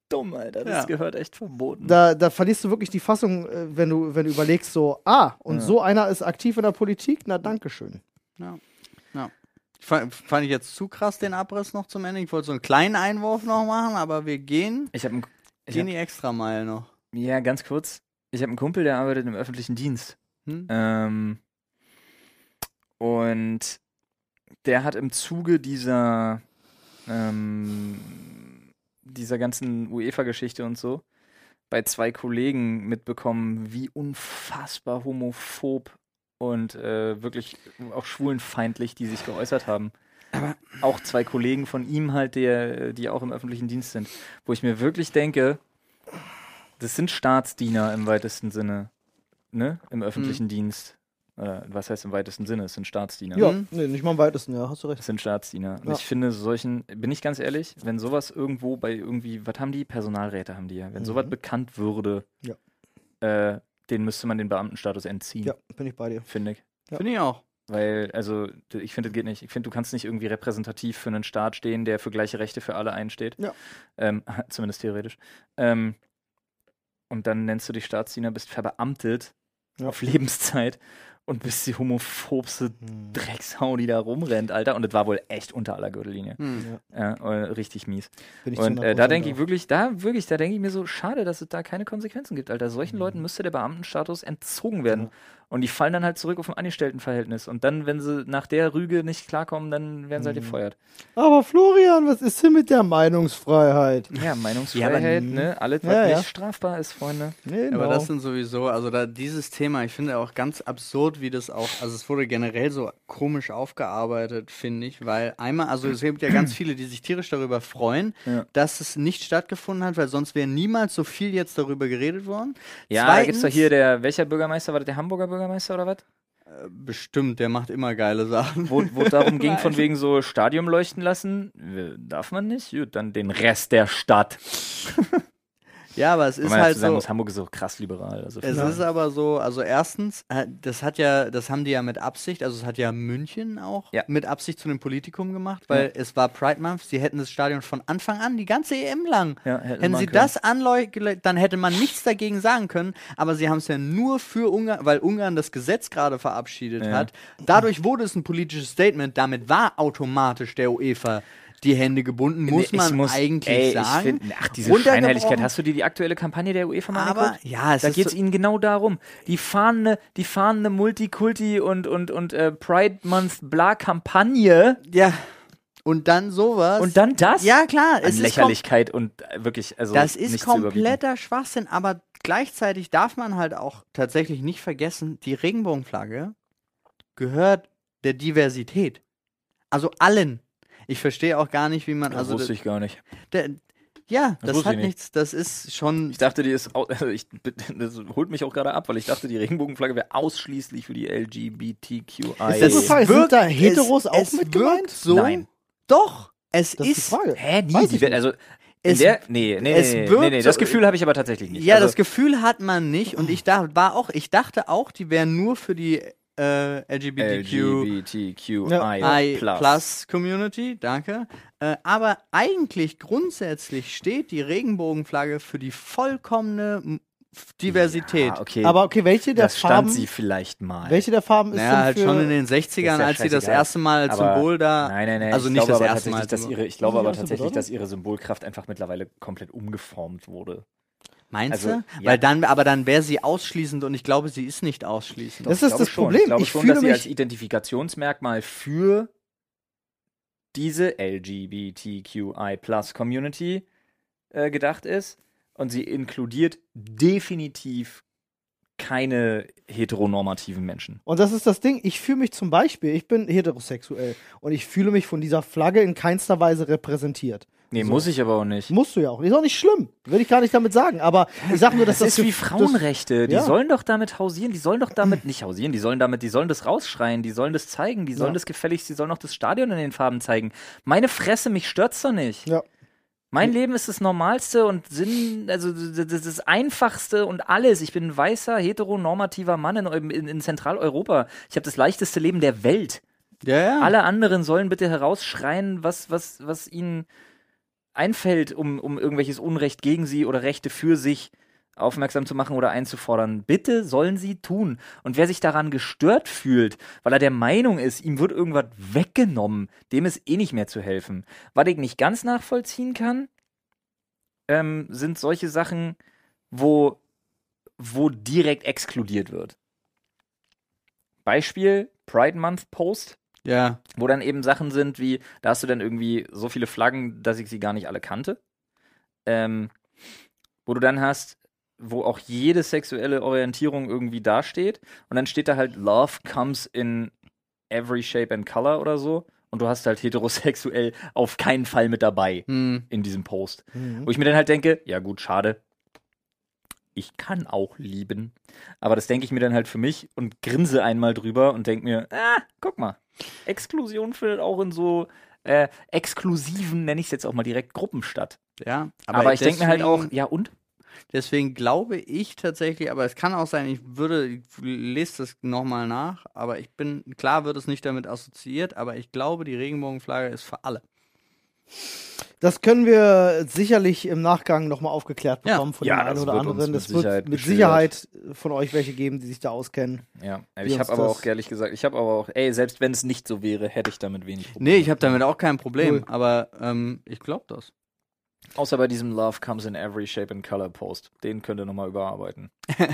dumm, Alter. Das gehört echt verboten. Da verlierst du wirklich die Fassung, wenn du überlegst, so, so einer ist aktiv in der Politik, na dankeschön. Ja. Fand ich jetzt zu krass, den Abriss noch zum Ende. Ich wollte so einen kleinen Einwurf noch machen, aber wir gehen die Extrameile noch. Ja, ganz kurz. Ich habe einen Kumpel, der arbeitet im öffentlichen Dienst. Und der hat im Zuge dieser ganzen UEFA-Geschichte und so bei 2 Kollegen mitbekommen, wie unfassbar homophob und wirklich auch schwulenfeindlich die sich geäußert haben. Aber auch 2 Kollegen von ihm halt, die auch im öffentlichen Dienst sind. Wo ich mir wirklich denke, das sind Staatsdiener im weitesten Sinne, ne? Im öffentlichen Dienst. Was heißt im weitesten Sinne? Es sind Staatsdiener. Ja, nee, nicht mal im weitesten, ja, hast du recht. Es sind Staatsdiener. Und ich finde, bin ich ganz ehrlich, wenn sowas irgendwo bei irgendwie, was haben die? Personalräte haben die ja. Wenn sowas bekannt würde, den müsste man den Beamtenstatus entziehen. Ja, bin ich bei dir. Finde ich. Ja. Finde ich auch. Weil, also, ich finde, das geht nicht. Ich finde, du kannst nicht irgendwie repräsentativ für einen Staat stehen, der für gleiche Rechte für alle einsteht. Ja. Zumindest theoretisch. Und dann nennst du dich Staatsdiener, bist verbeamtet auf Lebenszeit und bist die homophobste Drecksau, die da rumrennt, Alter. Und das war wohl echt unter aller Gürtellinie. Richtig mies. Und da denke ich wirklich, da denke ich mir so, schade, dass es da keine Konsequenzen gibt, Alter. Solchen Leuten müsste der Beamtenstatus entzogen werden. Ja. Und die fallen dann halt zurück auf ein Angestelltenverhältnis. Und dann, wenn sie nach der Rüge nicht klarkommen, dann werden sie halt gefeuert. Aber Florian, was ist denn mit der Meinungsfreiheit? Ja, Meinungsfreiheit, ne? Alles, was nicht strafbar ist, Freunde. Nee, aber das sind sowieso, also dieses Thema, ich finde auch ganz absurd, wie das auch, also es wurde generell so komisch aufgearbeitet, finde ich, weil einmal, also es gibt ja ganz viele, die sich tierisch darüber freuen, dass es nicht stattgefunden hat, weil sonst wäre niemals so viel jetzt darüber geredet worden. Ja, da gibt's doch hier welcher Bürgermeister, war das der Hamburger Bürgermeister oder was? Bestimmt, der macht immer geile Sachen. Wo darum ging, von wegen so Stadion leuchten lassen, darf man nicht? Gut, dann den Rest der Stadt. Ja, aber es ist halt sagen so. muss, Hamburg ist so krass liberal. Also es ist aber so, also erstens, das haben die ja mit Absicht, also es hat ja München auch mit Absicht zu einem Politikum gemacht, weil es war Pride Month, sie hätten das Stadion von Anfang an, die ganze EM lang, hätten sie das anleuchtet, dann hätte man nichts dagegen sagen können, aber sie haben es ja nur für Ungarn, weil Ungarn das Gesetz gerade verabschiedet hat. Dadurch wurde es ein politisches Statement, damit war automatisch der UEFA die Hände gebunden, muss man eigentlich sagen. Diese Scheinheiligkeit. Hast du dir die aktuelle Kampagne der UEFA mal angeguckt? Ja, da geht es ihnen genau darum. Die fahren eine Multikulti und Pride Month bla Kampagne. Ja. Und dann sowas. Und dann das? Ja, klar. Es Lächerlichkeit und wirklich, also das ist kompletter Schwachsinn, aber gleichzeitig darf man halt auch tatsächlich nicht vergessen, die Regenbogenflagge gehört der Diversität. Also allen. Ich verstehe auch gar nicht, wie man. Das wusste ich gar nicht. Das hat nichts. Das ist schon. Ich dachte, das holt mich auch gerade ab, weil ich dachte, die Regenbogenflagge wäre ausschließlich für die LGBTQI. Sind da Heteros auch mit gemeint? So? Nein. Doch. Es das ist die Frage. Hä? Nee, das Gefühl habe ich aber tatsächlich nicht. Ja, also, das Gefühl hat man nicht. Und ich dachte auch, die wären nur für die LGBTQI Plus Community, danke. Aber eigentlich grundsätzlich steht die Regenbogenflagge für die vollkommene Diversität. Ja, okay. Aber okay, welche der das Farben? Stand sie vielleicht mal. Welche der Farben ist denn halt schon in den 60ern, als sie das erste Mal als Symbol da. Nein. Also nicht das erste Mal. Ich glaube aber tatsächlich, dass ihre Symbolkraft einfach mittlerweile komplett umgeformt wurde. Meinst du? Weil dann wäre sie ausschließend und ich glaube, sie ist nicht ausschließend. Das ist das Problem. Ich glaube schon, dass sie als Identifikationsmerkmal für diese LGBTQI Plus Community gedacht ist und sie inkludiert definitiv keine heteronormativen Menschen. Und das ist das Ding, ich fühle mich zum Beispiel, ich bin heterosexuell und ich fühle mich von dieser Flagge in keinster Weise repräsentiert. Nee, muss ich aber auch nicht. Musst du ja auch. Ist auch nicht schlimm. Will ich gar nicht damit sagen. Aber ich sag nur, dass das ist wie Frauenrechte. Die sollen doch damit hausieren. Die sollen doch damit nicht hausieren. Die sollen das rausschreien. Die sollen das zeigen. Die sollen das gefälligst. Die sollen auch das Stadion in den Farben zeigen. Meine Fresse, mich stört's doch nicht. Ja. Mein Leben ist das Normalste und das Einfachste und alles. Ich bin ein weißer, heteronormativer Mann in Zentraleuropa. Ich habe das leichteste Leben der Welt. Ja. Alle anderen sollen bitte herausschreien, was ihnen einfällt, um irgendwelches Unrecht gegen sie oder Rechte für sich aufmerksam zu machen oder einzufordern, bitte sollen sie tun. Und wer sich daran gestört fühlt, weil er der Meinung ist, ihm wird irgendwas weggenommen, dem ist eh nicht mehr zu helfen. Was ich nicht ganz nachvollziehen kann, sind solche Sachen, wo direkt exkludiert wird. Beispiel Pride Month Post. Ja. Wo dann eben Sachen sind wie, da hast du dann irgendwie so viele Flaggen, dass ich sie gar nicht alle kannte. Wo du dann hast, wo auch jede sexuelle Orientierung irgendwie dasteht. Und dann steht da halt, Love comes in every shape and color oder so. Und du hast halt heterosexuell auf keinen Fall mit dabei in diesem Post. Wo ich mir dann halt denke, ja gut, schade. Ich kann auch lieben. Aber das denke ich mir dann halt für mich und grinse einmal drüber und denke mir, guck mal, Exklusion findet auch in so exklusiven, nenne ich es jetzt auch mal direkt, Gruppen statt. Ja, aber ich denke mir halt auch, ja und? Deswegen glaube ich tatsächlich, aber es kann auch sein, ich lese das nochmal nach, aber klar wird es nicht damit assoziiert, aber ich glaube, die Regenbogenflagge ist für alle. Das können wir sicherlich im Nachgang nochmal aufgeklärt bekommen von dem einen oder anderen. Das wird mit Sicherheit von euch welche geben, die sich da auskennen. Ja, ich habe aber auch ehrlich gesagt, selbst wenn es nicht so wäre, hätte ich damit wenig Probleme. Nee, ich habe damit auch kein Problem, aber ich glaube das. Außer bei diesem Love comes in every shape and color Post. Den könnt ihr nochmal überarbeiten.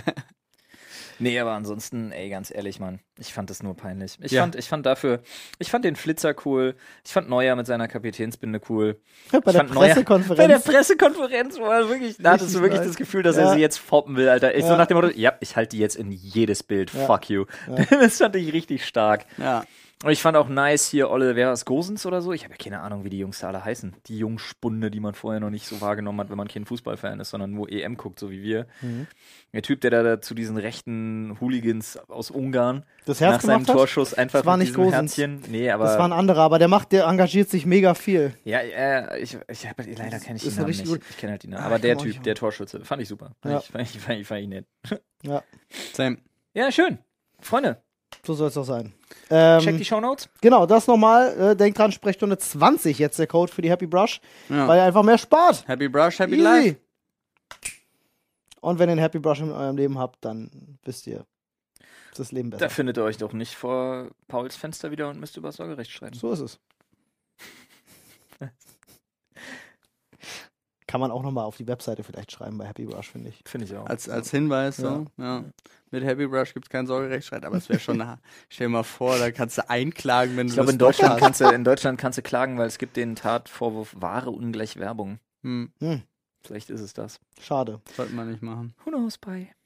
Nee, aber ansonsten, ganz ehrlich, Mann, ich fand das nur peinlich. Ich fand den Flitzer cool. Ich fand Neuer mit seiner Kapitänsbinde cool. Bei der Pressekonferenz, wo er wirklich, da hattest du wirklich das Gefühl, dass er sie jetzt foppen will, Alter. So nach dem Motto, ich halte die jetzt in jedes Bild. Fuck you. Ja. Das fand ich richtig stark. Ja. Und ich fand auch nice hier wer ist Gosens oder so? Ich habe ja keine Ahnung, wie die Jungs da alle heißen. Die Jungspunde, die man vorher noch nicht so wahrgenommen hat, wenn man kein Fußballfan ist, sondern nur EM guckt, so wie wir. Der Typ, der da zu diesen rechten Hooligans aus Ungarn das Herz nach seinem Torschuss einfach das war mit nicht diesem Gosens. Herzchen. Nee, aber das war ein anderer, aber der engagiert sich mega viel. Ja, leider kenne ich die Namen nicht. Gut. Ich kenne halt die Namen. Aber der Typ, der Torschütze, fand ich super. Fand ich nett. Ja. Same. Ja, schön. Freunde. So soll es auch sein. Check die Shownotes. Genau, das nochmal. Denkt dran, Sprechstunde 20 jetzt der Code für die Happy Brush, weil ihr einfach mehr spart. Happy Brush, Happy Life. Und wenn ihr einen Happy Brush in eurem Leben habt, dann wisst ihr, ist das Leben besser. Da findet ihr euch doch nicht vor Pauls Fenster wieder und müsst über das Sorgerecht streiten. So ist es. Kann man auch nochmal auf die Webseite vielleicht schreiben bei Happy Brush, finde ich. Finde ich auch. Als Hinweis, so. Ja. Mit Happy Brush gibt es keinen Sorgerechtsstreit, aber es wäre schon stell dir mal vor, da kannst du einklagen, wenn du in Deutschland kannst du klagen, weil es gibt den Tatvorwurf Ware ungleich Werbung. Vielleicht ist es das. Schade. Sollte man nicht machen. Who knows, bye.